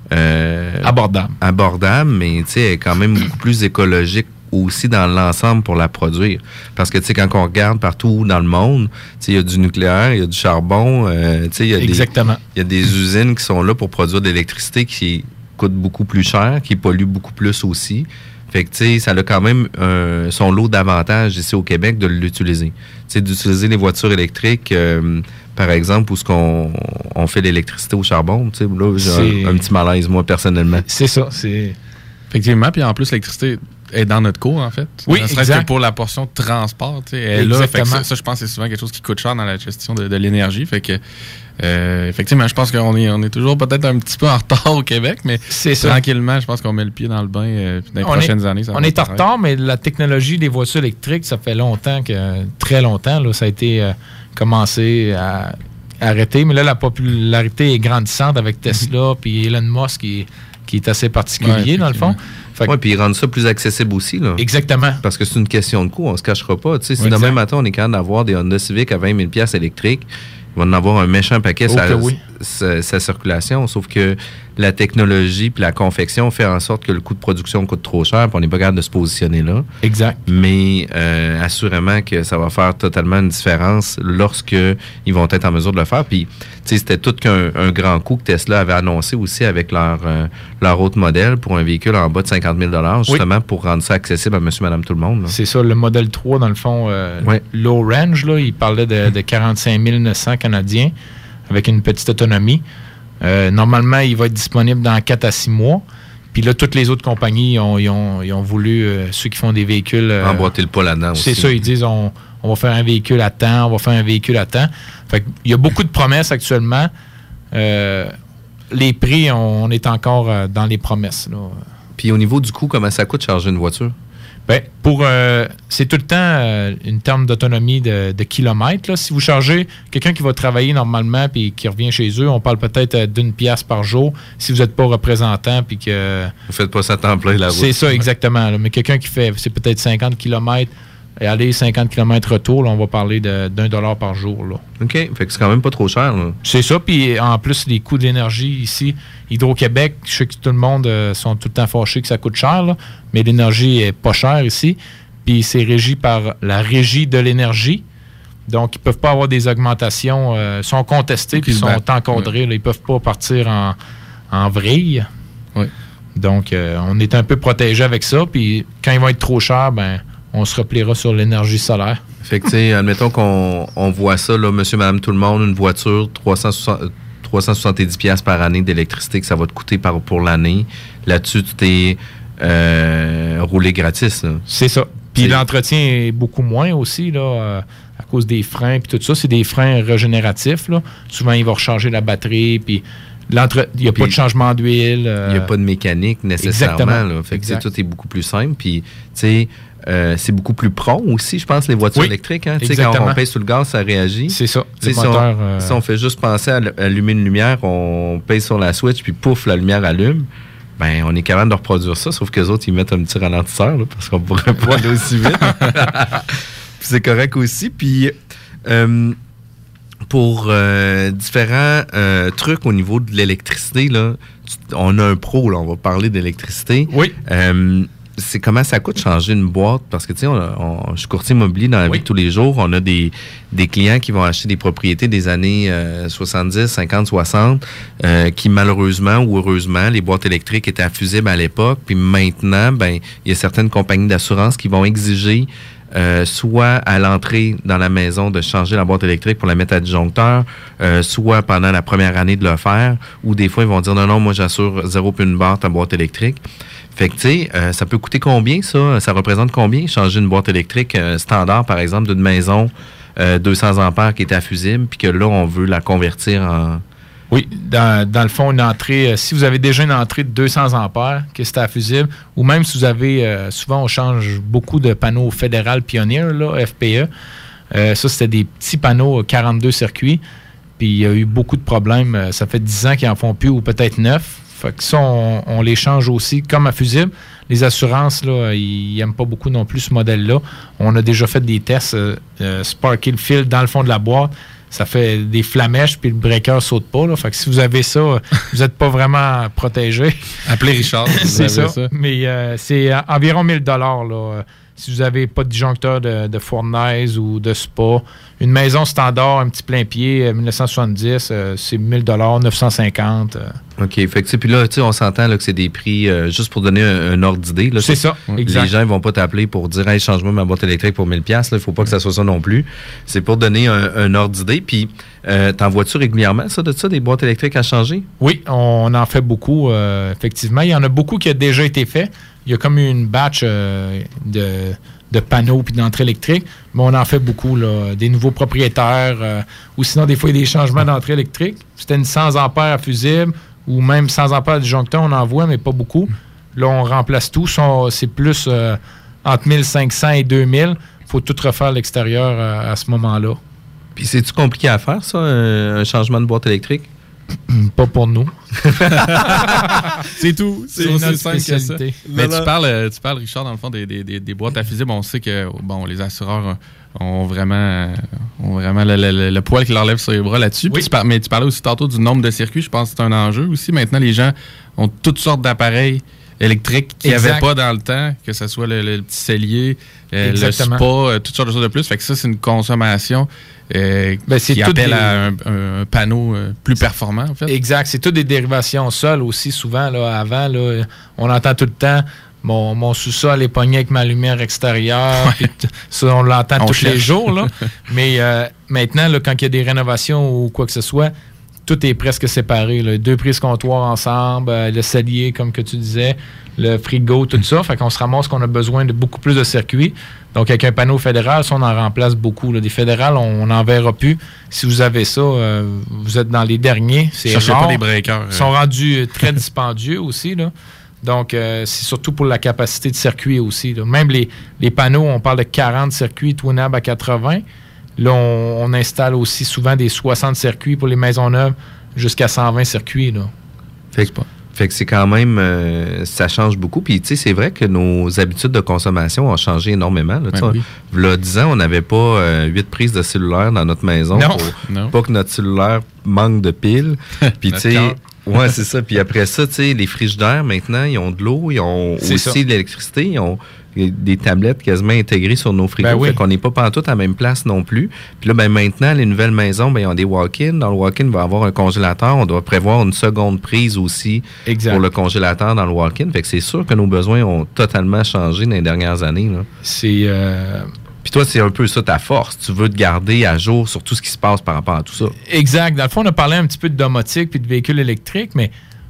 abordable, mais tu sais, elle est quand même beaucoup plus écologique aussi dans l'ensemble pour la produire. Parce que, tu sais, quand on regarde partout dans le monde, tu sais, il y a du nucléaire, il y a du charbon, tu sais, il y a des usines qui sont là pour produire de l'électricité qui coûte beaucoup plus cher, qui pollue beaucoup plus aussi. Fait que, tu sais, ça a quand même son lot d'avantages ici au Québec de l'utiliser. Tu sais, d'utiliser les voitures électriques, par exemple, où on fait l'électricité au charbon, tu sais, là, j'ai un petit malaise, moi, personnellement. C'est ça, Effectivement, puis en plus, l'électricité est dans notre cours, en fait. Oui, exact. Que pour la portion de transport, tu sais, elle est là. Fait que ça, je pense que c'est souvent quelque chose qui coûte cher dans la gestion de l'énergie. Fait que, effectivement, je pense qu'on est toujours peut-être un petit peu en retard au Québec, mais tranquillement, je pense qu'on met le pied dans le bain dans les prochaines années. On est en retard, mais la technologie des voitures électriques, ça fait longtemps, très longtemps, là, ça a été commencé à arrêter. Mais là, la popularité est grandissante avec Tesla, puis Elon Musk qui est assez particulier, dans le fond. Oui, puis ils rendent ça plus accessible aussi, là. Exactement. Parce que c'est une question de coût, on se cachera pas. Tu sais, si demain matin, on est capable d'avoir des Honda Civic à 20 000 $ électriques, il va en avoir un méchant paquet sa circulation, sauf que la technologie puis la confection fait en sorte que le coût de production coûte trop cher, puis on n'est pas capable de se positionner là. Exact. Mais assurément que ça va faire totalement une différence lorsque ils vont être en mesure de le faire. Puis, tu sais, c'était tout qu'un grand coup que Tesla avait annoncé aussi avec leur autre modèle pour un véhicule en bas de 50 000 $, justement pour rendre ça accessible à monsieur, madame, tout le monde. Là. C'est ça, le modèle 3, dans le fond, low range, là, il parlait de 45 900 canadiens avec une petite autonomie. Normalement, il va être disponible dans 4 à 6 mois. Puis là, toutes les autres compagnies ils ont voulu, ceux qui font des véhicules... emboîter le pas là-dedans aussi. C'est ça, ils disent on va faire un véhicule à temps, on va faire un véhicule à temps. Fait qu'il y a beaucoup de promesses actuellement. Les prix, on est encore dans les promesses. Là. Puis au niveau du coût, comment ça coûte charger une voiture? Bien, c'est tout le temps une terme d'autonomie de kilomètres. Là. Si vous chargez quelqu'un qui va travailler normalement puis qui revient chez eux, on parle peut-être d'1$ par jour. Si vous n'êtes pas représentant puis que... Vous faites pas ça temps plein la route. C'est ça, exactement. Là. Mais quelqu'un qui fait, c'est peut-être 50 km et aller 50 km retour, là, on va parler d'$1 par jour. Là. OK. Fait que c'est quand même pas trop cher. Là. C'est ça. Puis en plus, les coûts d'énergie ici, Hydro-Québec, je sais que tout le monde sont tout le temps fâchés que ça coûte cher, là, mais l'énergie est pas chère ici. Puis c'est régi par la Régie de l'énergie. Donc, ils peuvent pas avoir des augmentations. Sont contestés puis sont encadrés. Ouais. Là, ils peuvent pas partir en vrille. Oui. Donc, on est un peu protégé avec ça. Puis quand ils vont être trop chers, ben on se repliera sur l'énergie solaire. Fait que, tu sais, admettons qu'on voit ça, là, monsieur, madame, tout le monde, une voiture, 370$ par année d'électricité que ça va te coûter pour l'année. Là-dessus, tu t'es roulé gratis. Là. C'est ça. Puis l'entretien est beaucoup moins aussi, là, à cause des freins puis tout ça. C'est des freins régénératifs, là. Souvent, ils vont recharger la batterie, puis il n'y a pas de changement d'huile. Il n'y a pas de mécanique nécessairement. Là. Fait que tout est beaucoup plus simple. Puis, tu sais, c'est beaucoup plus prompt aussi, je pense, les voitures électriques. Hein? Quand on pèse sur le gaz, ça réagit. C'est ça. Si on fait juste penser à allumer une lumière, on pèse sur la switch, puis pouf, la lumière allume. Ben, on est capable de reproduire ça, sauf que les autres, ils mettent un petit ralentisseur, là, parce qu'on pourrait pas aller aussi vite. Puis c'est correct aussi. Puis pour différents trucs au niveau de l'électricité, là, on a un pro, là, on va parler d'électricité. Oui. C'est comment ça coûte changer une boîte? Parce que, tu sais, je suis courtier immobilier dans la vie de tous les jours. On a des clients qui vont acheter des propriétés des années 70, 50, 60, qui malheureusement ou heureusement, les boîtes électriques étaient à fusibles à l'époque. Puis maintenant, ben, il y a certaines compagnies d'assurance qui vont exiger soit à l'entrée dans la maison de changer la boîte électrique pour la mettre à disjoncteur, soit pendant la première année de le faire, ou des fois, ils vont dire non, moi, j'assure 0 puis une barre ta boîte électrique. Fait que, tu sais, ça peut coûter combien, ça? Ça représente combien, changer une boîte électrique standard, par exemple, d'une maison 200 ampères qui est à fusible, puis que là, on veut la convertir en... Oui, dans le fond, une entrée, si vous avez déjà une entrée de 200 ampères, que c'est à fusible, ou même si vous avez, souvent, on change beaucoup de panneaux Fédéral Pioneer, là, FPE. Ça, c'était des petits panneaux 42 circuits, puis il y a eu beaucoup de problèmes. Ça fait 10 ans qu'ils en font plus, ou peut-être 9. Fait que ça, on les change aussi comme à fusible. Les assurances, là, ils n'aiment pas beaucoup non plus ce modèle-là. On a déjà fait des tests, sparker le fil dans le fond de la boîte. Ça fait des flamèches, puis le breaker saute pas. Là. Fait que si vous avez ça, vous n'êtes pas vraiment protégé. Appelez Richard. C'est ça. Mais c'est environ 1000 $. Là, si vous n'avez pas de disjoncteur de fournaise ou de spa. Une maison standard, un petit plein pied, 1970, c'est 1000 $, 950. OK. Fait que, puis là, tu sais, on s'entend là, que c'est des prix, juste pour donner un ordre d'idée. Là, c'est ça, exact. Les gens ne vont pas t'appeler pour dire « Hey, change-moi ma boîte électrique pour 1000 $. Il ne faut pas que ça soit ça non plus. C'est pour donner un ordre d'idée. Puis, t'en vois-tu régulièrement, des boîtes électriques à changer? Oui, on en fait beaucoup, effectivement. Il y en a beaucoup qui a déjà été fait. Il y a comme une batch de panneaux puis d'entrée électrique, mais on en fait beaucoup, là, des nouveaux propriétaires, ou sinon, des fois, il y a des changements d'entrée électrique. C'était une 100 ampères à fusible, ou même 100 ampères à disjoncteur, on en voit, mais pas beaucoup. Là, on remplace tout. C'est plus entre 1500 et 2000. Il faut tout refaire à l'extérieur à ce moment-là. Puis, c'est-tu compliqué à faire, ça, un changement de boîte électrique? Pas pour nous. C'est tout. C'est notre spécialité. Mais tu parles, Richard, dans le fond, des boîtes à fusible. On sait que les assureurs ont vraiment le poil qui leur lève sur les bras là-dessus. Oui. Mais tu parlais aussi tantôt du nombre de circuits. Je pense que c'est un enjeu aussi. Maintenant, les gens ont toutes sortes d'appareils électriques qu'il n'y avait pas dans le temps, que ce soit le petit cellier, le spa, toutes sortes de choses de plus. Fait que ça, c'est une consommation qui appelle à un panneau plus performant, en fait. Exact. C'est toutes des dérivations sol aussi, souvent. Là, avant, là, on entend tout le temps mon sous-sol est pogné avec ma lumière extérieure. Ouais. Ça, on l'entend tous les jours. Là. Mais maintenant, là, quand il y a des rénovations ou quoi que ce soit, tout est presque séparé. Là. 2 prises comptoir ensemble, le cellier, comme que tu disais, le frigo, tout ça. Fait qu'on se ramasse qu'on a besoin de beaucoup plus de circuits. Donc, avec un panneau fédéral, ça, on en remplace beaucoup. Là. Des fédérales, on n'en verra plus. Si vous avez ça, vous êtes dans les derniers. C'est cherchez rare. pas des breakers. Ils sont rendus très dispendieux aussi, là. Donc, c'est surtout pour la capacité de circuit aussi. Là. Même les panneaux, on parle de 40 circuits twinables à 80. Là, on installe aussi souvent des 60 circuits pour les maisons neuves jusqu'à 120 circuits. Là. Fait que c'est quand même... ça change beaucoup. Puis, tu sais, c'est vrai que nos habitudes de consommation ont changé énormément. Là, oui. Là, 10 ans, on n'avait pas 8 prises de cellulaire dans notre maison pour pas que notre cellulaire manque de piles. Puis, tu sais... Ouais, c'est ça. Puis après ça, tu sais, les frigidaires, maintenant, ils ont de l'eau, ils ont aussi de l'électricité, ils ont des tablettes quasiment intégrées sur nos frigos. Fait qu'on n'est pas pantoute à la même place non plus. Puis là, maintenant, les nouvelles maisons, ils ont des walk-in. Dans le walk-in, il va y avoir un congélateur. On doit prévoir une seconde prise aussi pour le congélateur dans le walk-in. Fait que c'est sûr que nos besoins ont totalement changé dans les dernières années. Là. C'est... Puis toi, c'est un peu ça ta force. Tu veux te garder à jour sur tout ce qui se passe par rapport à tout ça. Exact. Dans le fond, on a parlé un petit peu de domotique puis de véhicules électriques, mais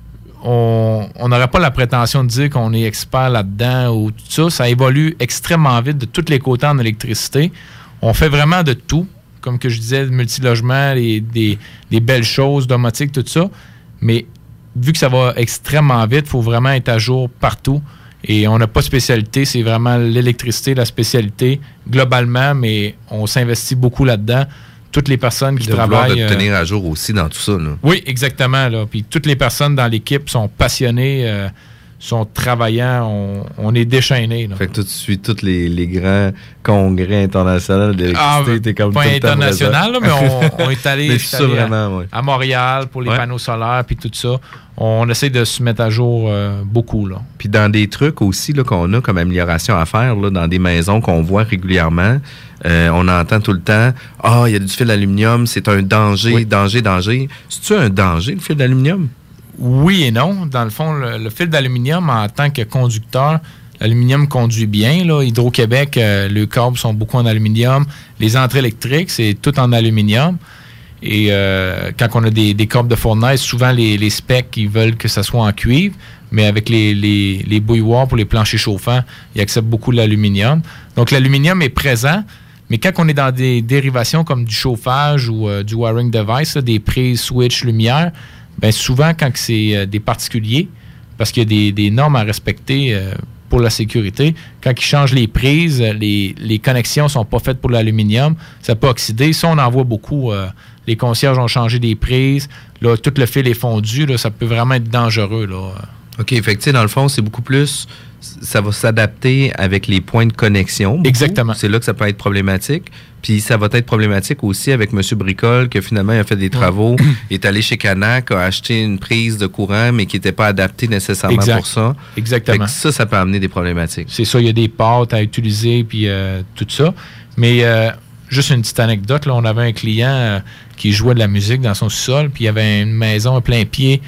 on n'aurait pas la prétention de dire qu'on est expert là-dedans ou tout ça. Ça évolue extrêmement vite de tous les côtés en électricité. On fait vraiment de tout. Comme que je disais, multilogement, des belles choses, domotique, tout ça. Mais vu que ça va extrêmement vite, il faut vraiment être à jour partout. Et on n'a pas de spécialité, c'est vraiment l'électricité, la spécialité, globalement, mais on s'investit beaucoup là-dedans. Toutes les personnes qui travaillent... de te tenir à jour aussi dans tout ça. Là. Oui, exactement. Là. Puis toutes les personnes dans l'équipe sont passionnées, sont travaillants, on est déchaînés. Là. Fait que toi, tu suis tous les grands congrès internationaux d'électricité. T'es comme pas international, là, mais on est allé, vraiment, à Montréal pour les panneaux solaires puis tout ça. On essaie de se mettre à jour beaucoup. Là. Puis dans des trucs aussi là, qu'on a comme amélioration à faire, là, dans des maisons qu'on voit régulièrement, on entend tout le temps « Ah, il y a du fil d'aluminium, c'est un danger, danger. » C'est-tu un danger, le fil d'aluminium? Oui et non. Dans le fond, le fil d'aluminium, en tant que conducteur, l'aluminium conduit bien. Là. Hydro-Québec, les câbles sont beaucoup en aluminium. Les entrées électriques, c'est tout en aluminium. Et quand on a des câbles de fournaise, souvent les specs, ils veulent que ça soit en cuivre, mais avec les bouilloires pour les planchers chauffants, ils acceptent beaucoup l'aluminium. Donc, l'aluminium est présent, mais quand on est dans des dérivations comme du chauffage ou du wiring device, là, des prises, switch, lumière, bien souvent, quand c'est des particuliers, parce qu'il y a des normes à respecter pour la sécurité, quand ils changent les prises, les connexions ne sont pas faites pour l'aluminium, ça peut oxyder. Ça, on en voit beaucoup. Les concierges ont changé des prises. Là, tout le fil est fondu. Là, ça peut vraiment être dangereux. Là. OK. Fait que, tu sais, dans le fond, c'est beaucoup plus... Ça va s'adapter avec les points de connexion. Beaucoup. Exactement. C'est là que ça peut être problématique. Puis ça va être problématique aussi avec M. Bricole, que finalement, il a fait des travaux, est allé chez Canac, a acheté une prise de courant, mais qui n'était pas adaptée nécessairement pour ça. Exactement. Fait que ça peut amener des problématiques. C'est ça. Il y a des pâtes à utiliser, puis tout ça. Mais... juste une petite anecdote, là, on avait un client qui jouait de la musique dans son sous-sol, puis il y avait une maison à plein pied,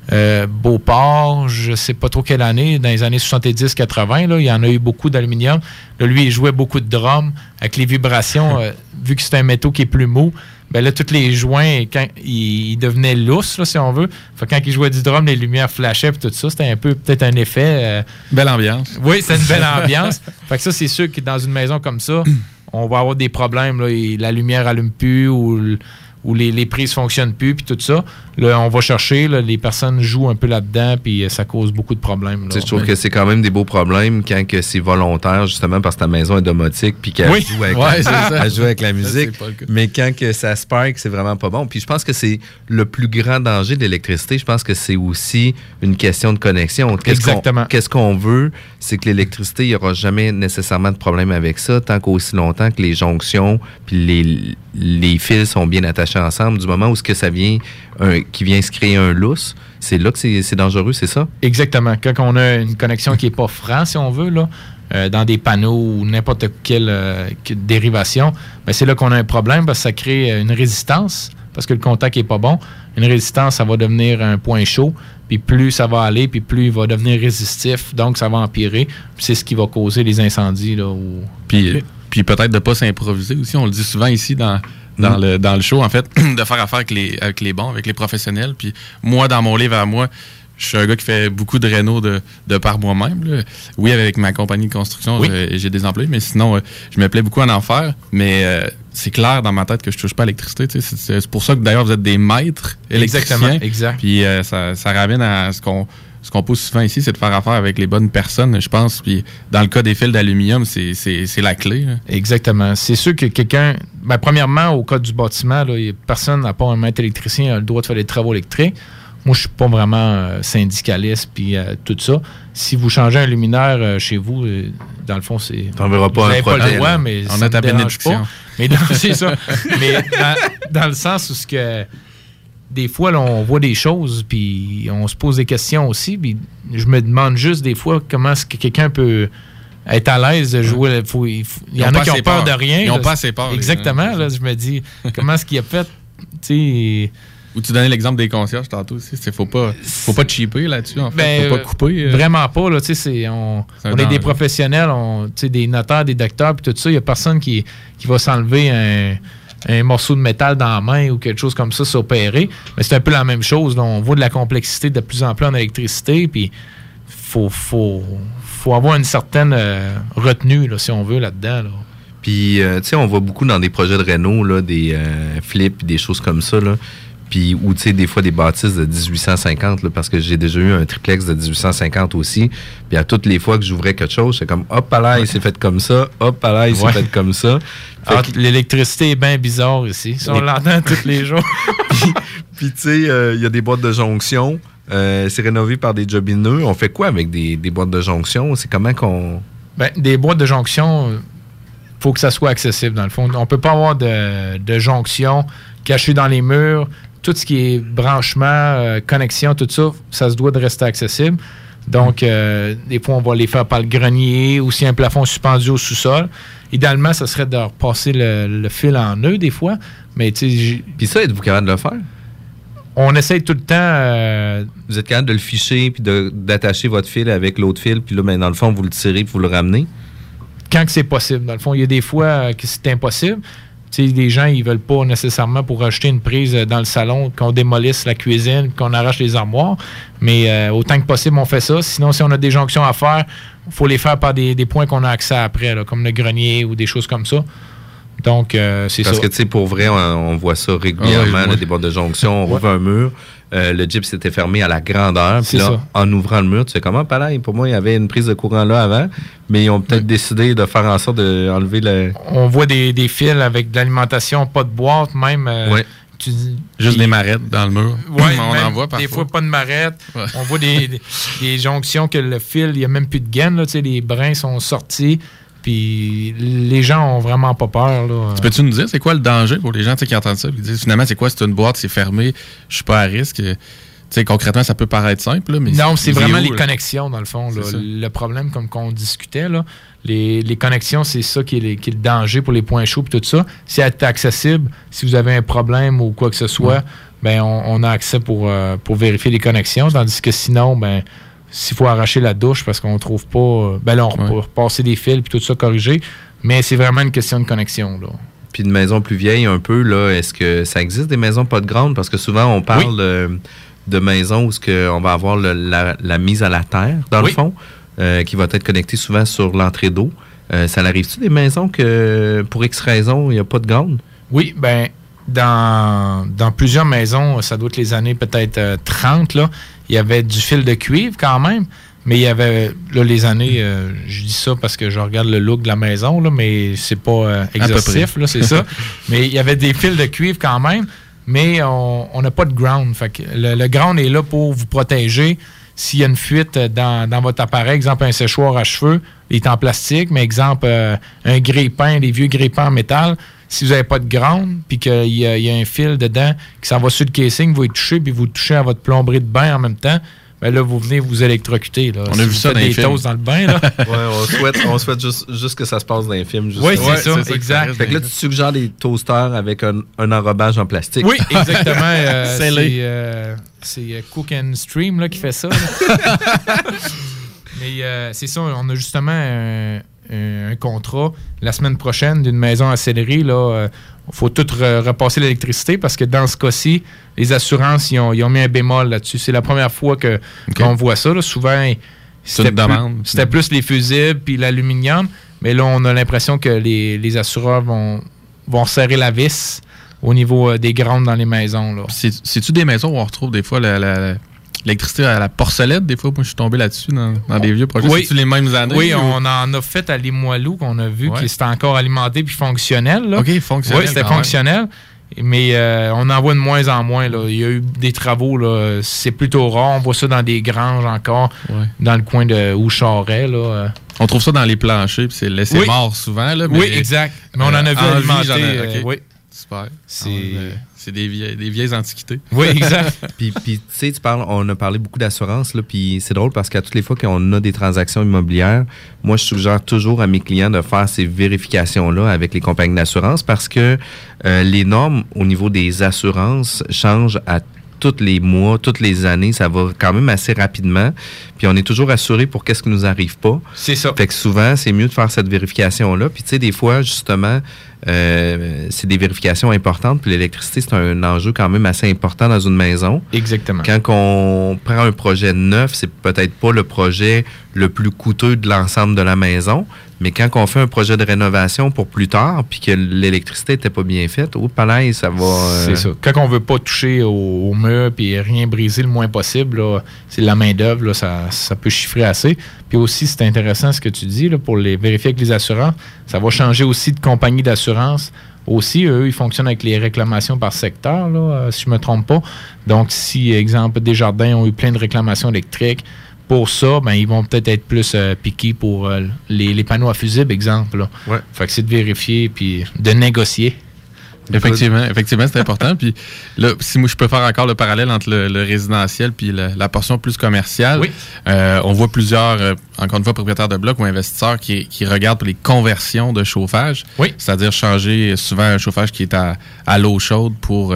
Beauport, je sais pas trop quelle année, dans les années 70-80, là, il y en a eu beaucoup d'aluminium. Là, lui, il jouait beaucoup de drums avec les vibrations, vu que c'est un métaux qui est plus mou. Ben là, tous les joints, quand ils devenaient lousses, là, si on veut. Fait quand il jouait du drum, les lumières flashaient et tout ça. C'était un peu, peut-être un effet... Belle ambiance. Oui, c'est une belle ambiance. Fait que ça, c'est sûr que dans une maison comme ça, on va avoir des problèmes. Là, la lumière allume plus ou les prises fonctionnent plus, puis tout ça. Là, on va chercher, là, les personnes jouent un peu là-dedans, puis ça cause beaucoup de problèmes. Là. Je trouve que c'est quand même des beaux problèmes quand que c'est volontaire, justement, parce que ta maison est domotique, puis qu'elle joue avec la musique. Mais quand que ça spark, c'est vraiment pas bon. Puis je pense que c'est le plus grand danger de l'électricité. Je pense que c'est aussi une question de connexion. Exactement. Qu'est-ce qu'on veut? C'est que l'électricité, il n'y aura jamais nécessairement de problème avec ça, tant qu'aussi longtemps que les jonctions puis les fils sont bien attachés ensemble. Du moment où ce que ça vient, qui vient se créer un lousse, c'est là que c'est dangereux, c'est ça? Exactement. Quand on a une connexion qui n'est pas franc, si on veut, là, dans des panneaux ou n'importe quelle dérivation, ben c'est là qu'on a un problème parce que ça crée une résistance, parce que le contact n'est pas bon. Une résistance, ça va devenir un point chaud, puis plus ça va aller, puis plus il va devenir résistif, donc ça va empirer. Puis c'est ce qui va causer les incendies. Là, Puis peut-être de ne pas s'improviser aussi. On le dit souvent ici dans dans le show, en fait, de faire affaire avec les bons, avec les professionnels. Puis moi, dans mon livre à moi, je suis un gars qui fait beaucoup de réno de par moi-même. Là. Oui, avec ma compagnie de construction, j'ai des employés, mais sinon, je me plais beaucoup à en faire. Mais c'est clair dans ma tête que je touche pas à l'électricité. C'est pour ça que d'ailleurs, vous êtes des maîtres électriciens. Exactement, exact. Puis ça ramène à ce qu'on pose souvent ici, c'est de faire affaire avec les bonnes personnes, je pense. Puis dans le cas des fils d'aluminium, c'est la clé. Là. Exactement. C'est sûr que quelqu'un... Ben, premièrement, au cas du bâtiment, là, personne, à part un maître électricien, a le droit de faire des travaux électriques. Moi, je suis pas vraiment syndicaliste puis tout ça. Si vous changez un luminaire chez vous, dans le fond, c'est... T'en verras pas un problème. Pas le droit, mais on a ta bénédiction. Mais c'est ça. Mais dans le sens où ce que... Des fois, là, on voit des choses, puis on se pose des questions aussi. Puis je me demande juste des fois comment est-ce que quelqu'un peut être à l'aise de jouer. Il y en a qui ont peur de rien. Ils n'ont pas assez peur. Exactement. Là, je me dis, comment est-ce qu'il a fait? Ou tu donnais l'exemple des concierges tantôt aussi. Faut pas cheaper là-dessus, en fait. Faut pas couper. Vraiment pas. Là, on est des professionnels, des notaires, des docteurs, puis tout ça. Il n'y a personne qui va s'enlever un morceau de métal dans la main ou quelque chose comme ça s'opérer. Mais c'est un peu la même chose. Là. On voit de la complexité de plus en plus en électricité, puis faut avoir une certaine retenue, là, si on veut, là-dedans. Là. Puis, on voit beaucoup dans des projets de réno, là, des flips, des choses comme ça, là. Puis, ou, tu sais, des fois, des bâtisses de 1850, là, parce que j'ai déjà eu un triplex de 1850 aussi. Puis, à toutes les fois que j'ouvrais quelque chose, c'est comme, hop, là, il s'est fait comme ça. Hop, là, il s'est fait comme ça. L'électricité est bien bizarre ici. Ça, on l'entend tous les jours. Puis, tu sais, il y a des boîtes de jonction. C'est rénové par des jobineux. On fait quoi avec des boîtes de jonction? C'est comment qu'on... Ben, des boîtes de jonction, faut que ça soit accessible, dans le fond. On peut pas avoir de jonction cachée dans les murs. Tout ce qui est branchement, connexion, tout ça, ça se doit de rester accessible. Donc, des fois, on va les faire par le grenier ou si un plafond suspendu au sous-sol. Idéalement, ça serait de repasser le fil en nœud, des fois. Mais, tu sais... Puis ça, êtes-vous capable de le faire? On essaye tout le temps... Vous êtes capable de le ficher puis d'attacher votre fil avec l'autre fil, puis là, ben, dans le fond, vous le tirez puis vous le ramenez? Quand que c'est possible. Dans le fond, il y a des fois que c'est impossible. Tu sais, les gens, ils veulent pas nécessairement pour acheter une prise dans le salon, qu'on démolisse la cuisine, qu'on arrache les armoires. Mais autant que possible, on fait ça. Sinon, si on a des jonctions à faire, il faut les faire par des points qu'on a accès après, là, comme le grenier ou des choses comme ça. Donc, c'est ça. Parce que, tu sais, pour vrai, on voit ça régulièrement, là, des boîtes de jonction, on rouvre un mur. Le gyps était fermé à la grandeur. Puis là, ça. En ouvrant le mur, tu sais comment, pareil, pour moi, il y avait une prise de courant là avant, mais ils ont peut-être décidé de faire en sorte d'enlever le... On voit des fils avec de l'alimentation, pas de boîte, même... Juste des marettes dans le mur. Ouais, on en voit parfois. Des fois, pas de marettes. Ouais. On voit des jonctions que le fil, il n'y a même plus de gaine. Là, les brins sont sortis. Puis les gens ont vraiment pas peur. Là. Peux-tu nous dire, c'est quoi le danger pour les gens qui entendent ça? Qui disent, finalement, c'est quoi? C'est une boîte, c'est fermé, je suis pas à risque. Concrètement, ça peut paraître simple. Là, mais non, c'est vraiment les connexions, dans le fond. Là. Le problème, comme qu'on discutait, là, les connexions, c'est ça qui est le danger pour les points chauds et tout ça. Si elle est accessible, si vous avez un problème ou quoi que ce soit, ben on a accès pour vérifier les connexions. Tandis que sinon, ben s'il faut arracher la douche parce qu'on ne trouve pas... Ben là, on peut repasser des fils et tout ça corriger. Mais c'est vraiment une question de connexion, là. Puis une maison plus vieille un peu, là, est-ce que ça existe des maisons pas de ground? Parce que souvent, on parle de maisons où on va avoir la mise à la terre, dans le fond, qui va être connectée souvent sur l'entrée d'eau. Ça arrive-tu des maisons que, pour X raison, il n'y a pas de ground? Oui, bien... Dans plusieurs maisons, ça doit être les années peut-être 30, là, il y avait du fil de cuivre quand même, mais il y avait, là, les années, je dis ça parce que je regarde le look de la maison, là, mais c'est pas exhaustif, là, c'est ça. Mais il y avait des fils de cuivre quand même, mais on n'a pas de ground. Fait que le ground est là pour vous protéger. S'il y a une fuite dans votre appareil, exemple un séchoir à cheveux, il est en plastique, mais exemple un grille-pain, des vieux grille-pains en métal, si vous n'avez pas de ground, puis qu'il y a un fil dedans qui s'en va sur le casing, vous y touchez, puis vous touchez à votre plomberie de bain en même temps, ben là, vous venez vous électrocuter. Là. On a vu ça dans les films. Toasts dans le bain, là. on souhaite juste que ça se passe dans les films. Oui, c'est ça, exact. Fait que là, tu suggères des toasters avec un enrobage en plastique. Oui, exactement. C'est Cook and Stream là, qui fait ça. Mais c'est ça, on a justement un contrat la semaine prochaine d'une maison à Sellerie, il faut tout repasser l'électricité parce que dans ce cas-ci, les assurances, ils ont mis un bémol là-dessus. C'est la première fois qu'on voit ça. Là. Souvent, c'était plus les fusibles puis l'aluminium, mais là, on a l'impression que les assureurs vont serrer la vis au niveau des grandes dans les maisons. Là. C'est-tu des maisons où on retrouve des fois l'électricité à la porcelette? Des fois, moi, je suis tombé là-dessus dans des vieux projets. Oui. C'est-tu les mêmes années? Oui, on en a fait à Limoilou qu'on a vu que c'était encore alimenté puis fonctionnel. Là. OK, fonctionnel. Oui, c'était fonctionnel. Mais on en voit de moins en moins. Là. Il y a eu des travaux. Là. C'est plutôt rare. On voit ça dans des granges encore, dans le coin de Houcharet. On trouve ça dans les planchers, puis c'est laissé mort souvent. Là, mais, oui, exact. Mais on en a vu alimenter. Oui. Super. C'est des vieilles antiquités. Oui, exact. Puis tu sais, on a parlé beaucoup d'assurance, là, puis c'est drôle parce qu'à toutes les fois qu'on a des transactions immobilières, moi, je suggère toujours à mes clients de faire ces vérifications-là avec les compagnies d'assurance parce que les normes au niveau des assurances changent à tous les mois, toutes les années, ça va quand même assez rapidement. Puis on est toujours assuré pour qu'est-ce qui nous arrive pas. C'est ça. Fait que souvent, c'est mieux de faire cette vérification-là. Puis tu sais, des fois, justement, c'est des vérifications importantes. Puis l'électricité, c'est un enjeu quand même assez important dans une maison. Exactement. Quand on prend un projet neuf, c'est peut-être pas le projet le plus coûteux de l'ensemble de la maison. Mais quand on fait un projet de rénovation pour plus tard, puis que l'électricité n'était pas bien faite, au palais, ça va... C'est ça. Quand on veut pas toucher au mur puis rien briser le moins possible, là, c'est la main-d'œuvre, là, ça peut chiffrer assez. Puis aussi, c'est intéressant ce que tu dis là, pour les vérifier avec les assurances. Ça va changer aussi de compagnie d'assurance. Aussi, eux, ils fonctionnent avec les réclamation par secteur, là, si je ne me trompe pas. Donc, si, exemple, Desjardins ont eu plein de réclamations électriques, pour ça, ben, ils vont peut-être être plus piqués pour les panneaux à fusibles, exemple. Là. Ouais. Fait que c'est de vérifier puis de négocier. Effectivement, c'est important. Puis là, si moi je peux faire encore le parallèle entre le résidentiel puis la portion plus commerciale, oui. On voit plusieurs, encore une fois, propriétaires de blocs ou investisseurs qui regardent pour les conversions de chauffage. Oui. C'est-à-dire changer souvent un chauffage qui est à l'eau chaude pour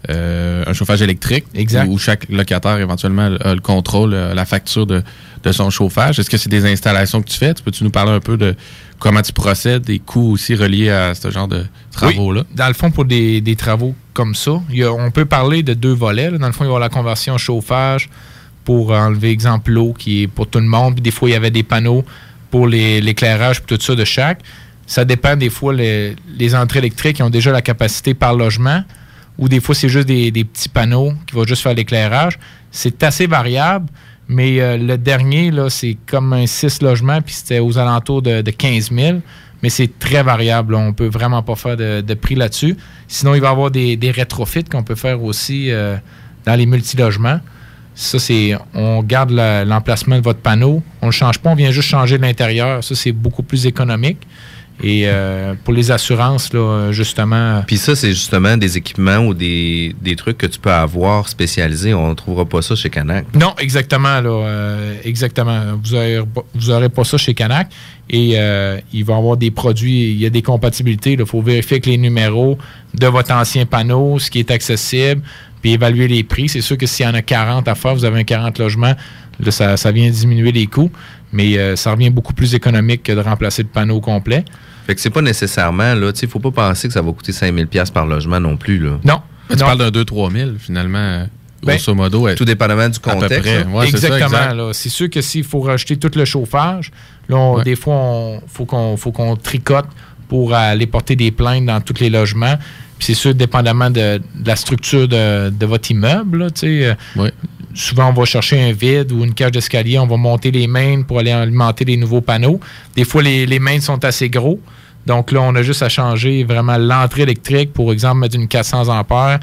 un chauffage électrique. Exact. Où chaque locataire éventuellement a le contrôle, la facture de son chauffage. Est-ce que c'est des installations que tu fais? Peux-tu nous parler un peu de comment tu procèdes, des coûts aussi reliés à ce genre de travaux-là? Oui. Dans le fond, pour des travaux comme ça, on peut parler de deux volets. Là. Dans le fond, il y aura la conversion chauffage pour enlever, exemple, l'eau qui est pour tout le monde. Puis des fois, il y avait des panneaux pour l'éclairage puis tout ça de chaque. Ça dépend des fois, les entrées électriques qui ont déjà la capacité par logement ou des fois, c'est juste des petits panneaux qui vont juste faire l'éclairage. C'est assez variable. Mais le dernier, là, c'est comme un 6 logements, puis c'était aux alentours de 15 000. Mais c'est très variable. Là. On ne peut vraiment pas faire de prix là-dessus. Sinon, il va y avoir des rétrofits qu'on peut faire aussi dans les multilogements. Ça, c'est on garde l'emplacement de votre panneau. On ne le change pas, on vient juste changer l'intérieur. Ça, c'est beaucoup plus économique. Et pour les assurances, là, justement... Puis ça, c'est justement des équipements ou des trucs que tu peux avoir spécialisés. On ne trouvera pas ça chez Canac. Non, exactement. Là, exactement. Vous n'aurez pas ça chez Canac. Et il va y avoir des produits, il y a des compatibilités. Il faut vérifier avec les numéros de votre ancien panneau, ce qui est accessible, puis évaluer les prix. C'est sûr que s'il y en a 40 à faire, vous avez un 40 logements, là, ça vient diminuer les coûts. Mais ça revient beaucoup plus économique que de remplacer le panneau complet. Fait que c'est pas nécessairement, là, tu sais, faut pas penser que ça va coûter 5 000 $ par logement non plus, là. Non. Mais tu parles d'un 2-3 000, finalement, grosso modo. Tout dépendamment du contexte. Ouais, exactement. C'est ça, exact. Là. C'est sûr que s'il faut rajouter tout le chauffage, là, des fois, faut qu'on tricote pour aller porter des plaintes dans tous les logements. Puis c'est sûr, dépendamment de la structure de votre immeuble, là, tu sais, souvent, on va chercher un vide ou une cage d'escalier, on va monter les mains pour aller alimenter les nouveaux panneaux. Des fois, les mains sont assez gros. Donc là, on a juste à changer vraiment l'entrée électrique, pour exemple, mettre une 400 ampères.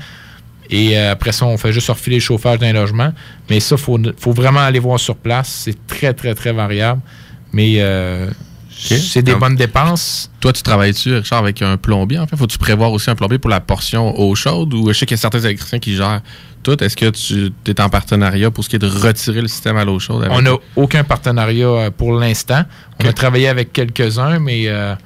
Et après ça, on fait juste refiler le chauffage d'un logement. Mais ça, faut vraiment aller voir sur place. C'est très, très, très variable. Mais c'est des bonnes dépenses. Toi, tu travailles-tu, Richard, avec un plombier? En fait, faut-tu prévoir aussi un plombier pour la portion eau chaude? Ou je sais qu'il y a certains électriciens qui gèrent tout. Est-ce que tu es en partenariat pour ce qui est de retirer le système à l'eau chaude? On n'a aucun partenariat pour l'instant. On a travaillé avec quelques-uns, mais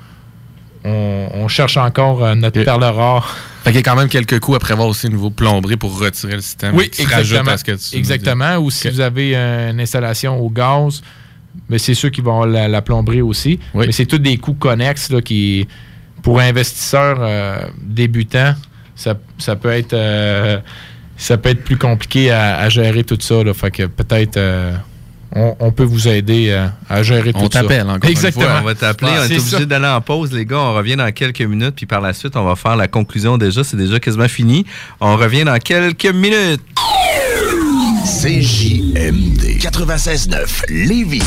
on cherche encore notre perle rare. Fait qu'il y a quand même quelques coûts à prévoir aussi au niveau plomberie pour retirer le système. Oui, exactement. À ce que tu exactement. Ou si vous avez une installation au gaz, mais c'est sûr qu'ils vont avoir la plomberie aussi. Oui. Mais c'est tous des coûts connexes là, qui, pour un investisseur débutant, ça peut être plus compliqué à gérer tout ça. Là. Fait que peut-être on peut vous aider à gérer tout ça. On t'appelle encore. Exactement. Une fois, on va t'appeler. On est obligé d'aller en pause, les gars. On revient dans quelques minutes. Puis par la suite, on va faire la conclusion déjà. C'est déjà quasiment fini. On revient dans quelques minutes. CJMD 96.9 Lévis.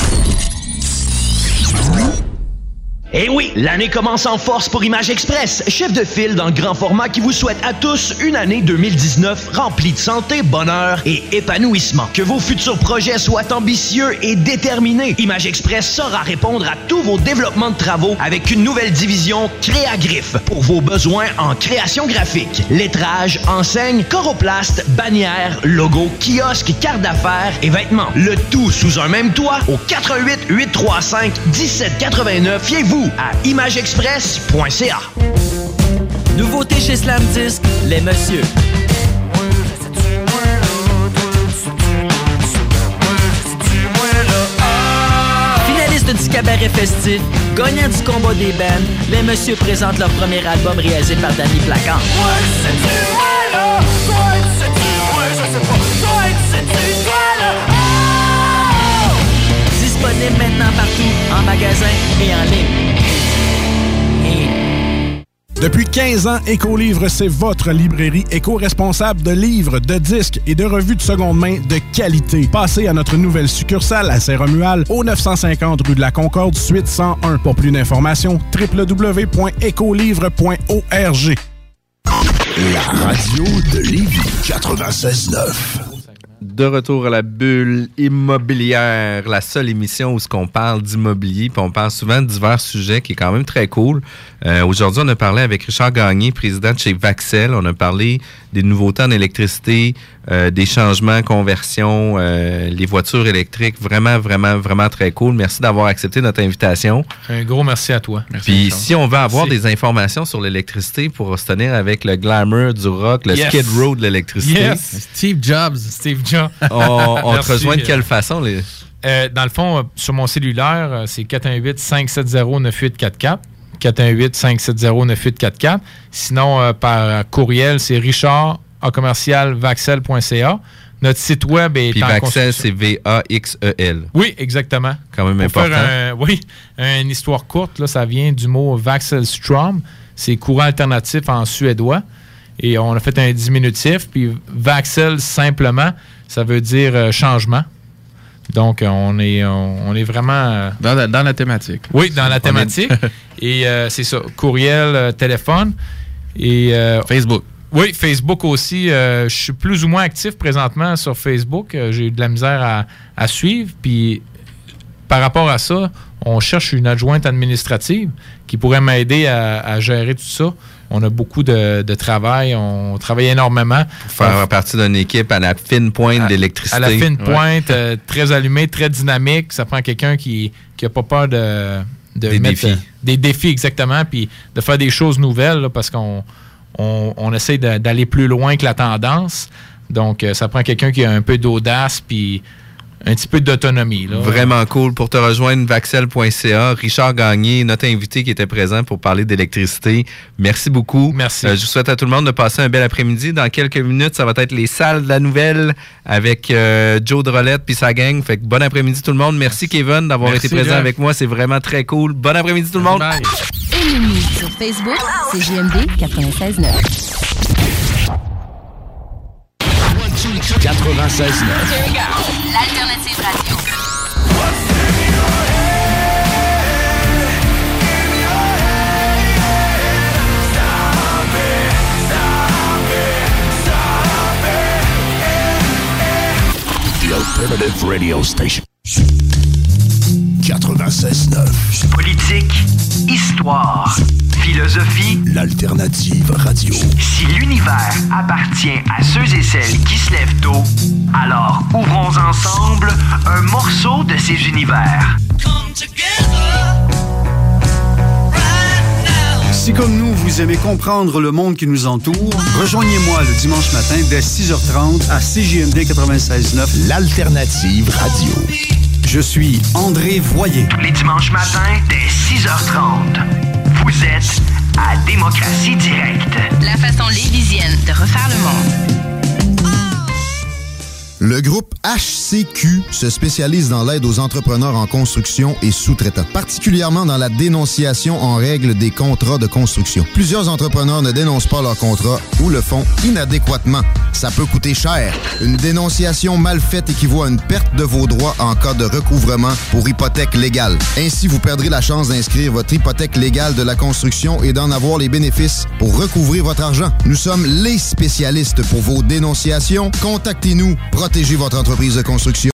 Eh oui, l'année commence en force pour Image Express, chef de file dans le grand format qui vous souhaite à tous une année 2019 remplie de santé, bonheur et épanouissement. Que vos futurs projets soient ambitieux et déterminés, Image Express saura répondre à tous vos développements de travaux avec une nouvelle division Créagriffe pour vos besoins en création graphique, lettrage, enseigne, coroplaste, bannière, logo, kiosque, carte d'affaires et vêtements. Le tout sous un même toit au 88 835 1789. Fiez-vous à imageexpress.ca. Nouveauté chez Slam Disc, les messieurs. Finaliste du cabaret festif, gagnant du combat des bands, les messieurs présentent leur premier album réalisé par Danny Placard. Disponible maintenant partout, en magasin et en ligne. Depuis 15 ans, Écolivre, c'est votre librairie éco-responsable de livres, de disques et de revues de seconde main de qualité. Passez à notre nouvelle succursale à Saint-Romuald, au 950 rue de la Concorde, suite 101. Pour plus d'informations, www.écolivre.org. La radio de Lévis 96.9. De retour à la bulle immobilière, la seule émission où on parle d'immobilier, puis on parle souvent de divers sujets, qui est quand même très cool. Aujourd'hui, on a parlé avec Richard Gagné, président de chez Vaxel. On a parlé des nouveautés en électricité, des changements, conversions, les voitures électriques. Vraiment, vraiment, vraiment très cool. Merci d'avoir accepté notre invitation. Un gros merci à toi. Merci. Puis si on veut avoir des informations sur l'électricité pour se tenir avec le glamour du rock, le Skid Row de l'électricité. Steve Jobs. On te rejoint de quelle façon? Dans le fond, sur mon cellulaire, c'est 418-570-9844. 418-570-9844. Sinon, par courriel, c'est richard@vaxel.ca. Notre site web est Puis Vaxel, c'est V-A-X-E-L. Oui, exactement. Quand même pour important. Faire une histoire courte, là, ça vient du mot Vaxelstrom. C'est courant alternatif en suédois. Et on a fait un diminutif. Puis Vaxel, simplement, ça veut dire changement. Donc, on est vraiment... Dans la thématique. Oui, dans la thématique. Et c'est ça, courriel, téléphone et... Facebook. Oui, Facebook aussi. Je suis plus ou moins actif présentement sur Facebook. J'ai eu de la misère à suivre. Puis, par rapport à ça, on cherche une adjointe administrative qui pourrait m'aider à gérer tout ça. On a beaucoup de travail. On travaille énormément. Pour faire partie d'une équipe à la fine pointe d'électricité. À la fine pointe, très allumée, très dynamique. Ça prend quelqu'un qui n'a pas peur de des mettre défis. Des défis, exactement. Puis de faire des choses nouvelles, là, parce qu'on essaie d'aller plus loin que la tendance. Donc, ça prend quelqu'un qui a un peu d'audace puis un petit peu d'autonomie. Là. Vraiment cool. Pour te rejoindre, vaxel.ca. Richard Gagné, notre invité qui était présent pour parler d'électricité. Merci beaucoup. Merci. Je vous souhaite à tout le monde de passer un bel après-midi. Dans quelques minutes, ça va être les salles de la nouvelle avec Joe Drolette puis sa gang. Fait que bon après-midi tout le monde. Merci Kevin d'avoir été présent avec moi. C'est vraiment très cool. Bon après-midi tout le monde. Bye. Ennemi sur Facebook, c'est JMD 96.9. 96.9. L'alternative radio. The Alternative Radio Station. 96.9. Politique, histoire, philosophie. L'Alternative Radio. Si l'univers appartient à ceux et celles qui se lèvent tôt, alors ouvrons ensemble un morceau de ces univers. Si comme nous, vous aimez comprendre le monde qui nous entoure, rejoignez-moi le dimanche matin dès 6h30 à CJMD 96.9. L'Alternative Radio. Je suis André Voyer. Tous les dimanches matins, dès 6h30. Vous êtes à Démocratie Directe. La façon lévisienne de refaire le monde. Le groupe HCQ se spécialise dans l'aide aux entrepreneurs en construction et sous-traitants, particulièrement dans la dénonciation en règle des contrats de construction. Plusieurs entrepreneurs ne dénoncent pas leurs contrats ou le font inadéquatement. Ça peut coûter cher. Une dénonciation mal faite équivaut à une perte de vos droits en cas de recouvrement pour hypothèque légale. Ainsi, vous perdrez la chance d'inscrire votre hypothèque légale de la construction et d'en avoir les bénéfices pour recouvrir votre argent. Nous sommes les spécialistes pour vos dénonciations. Contactez-nous. Protégez votre entreprise de construction.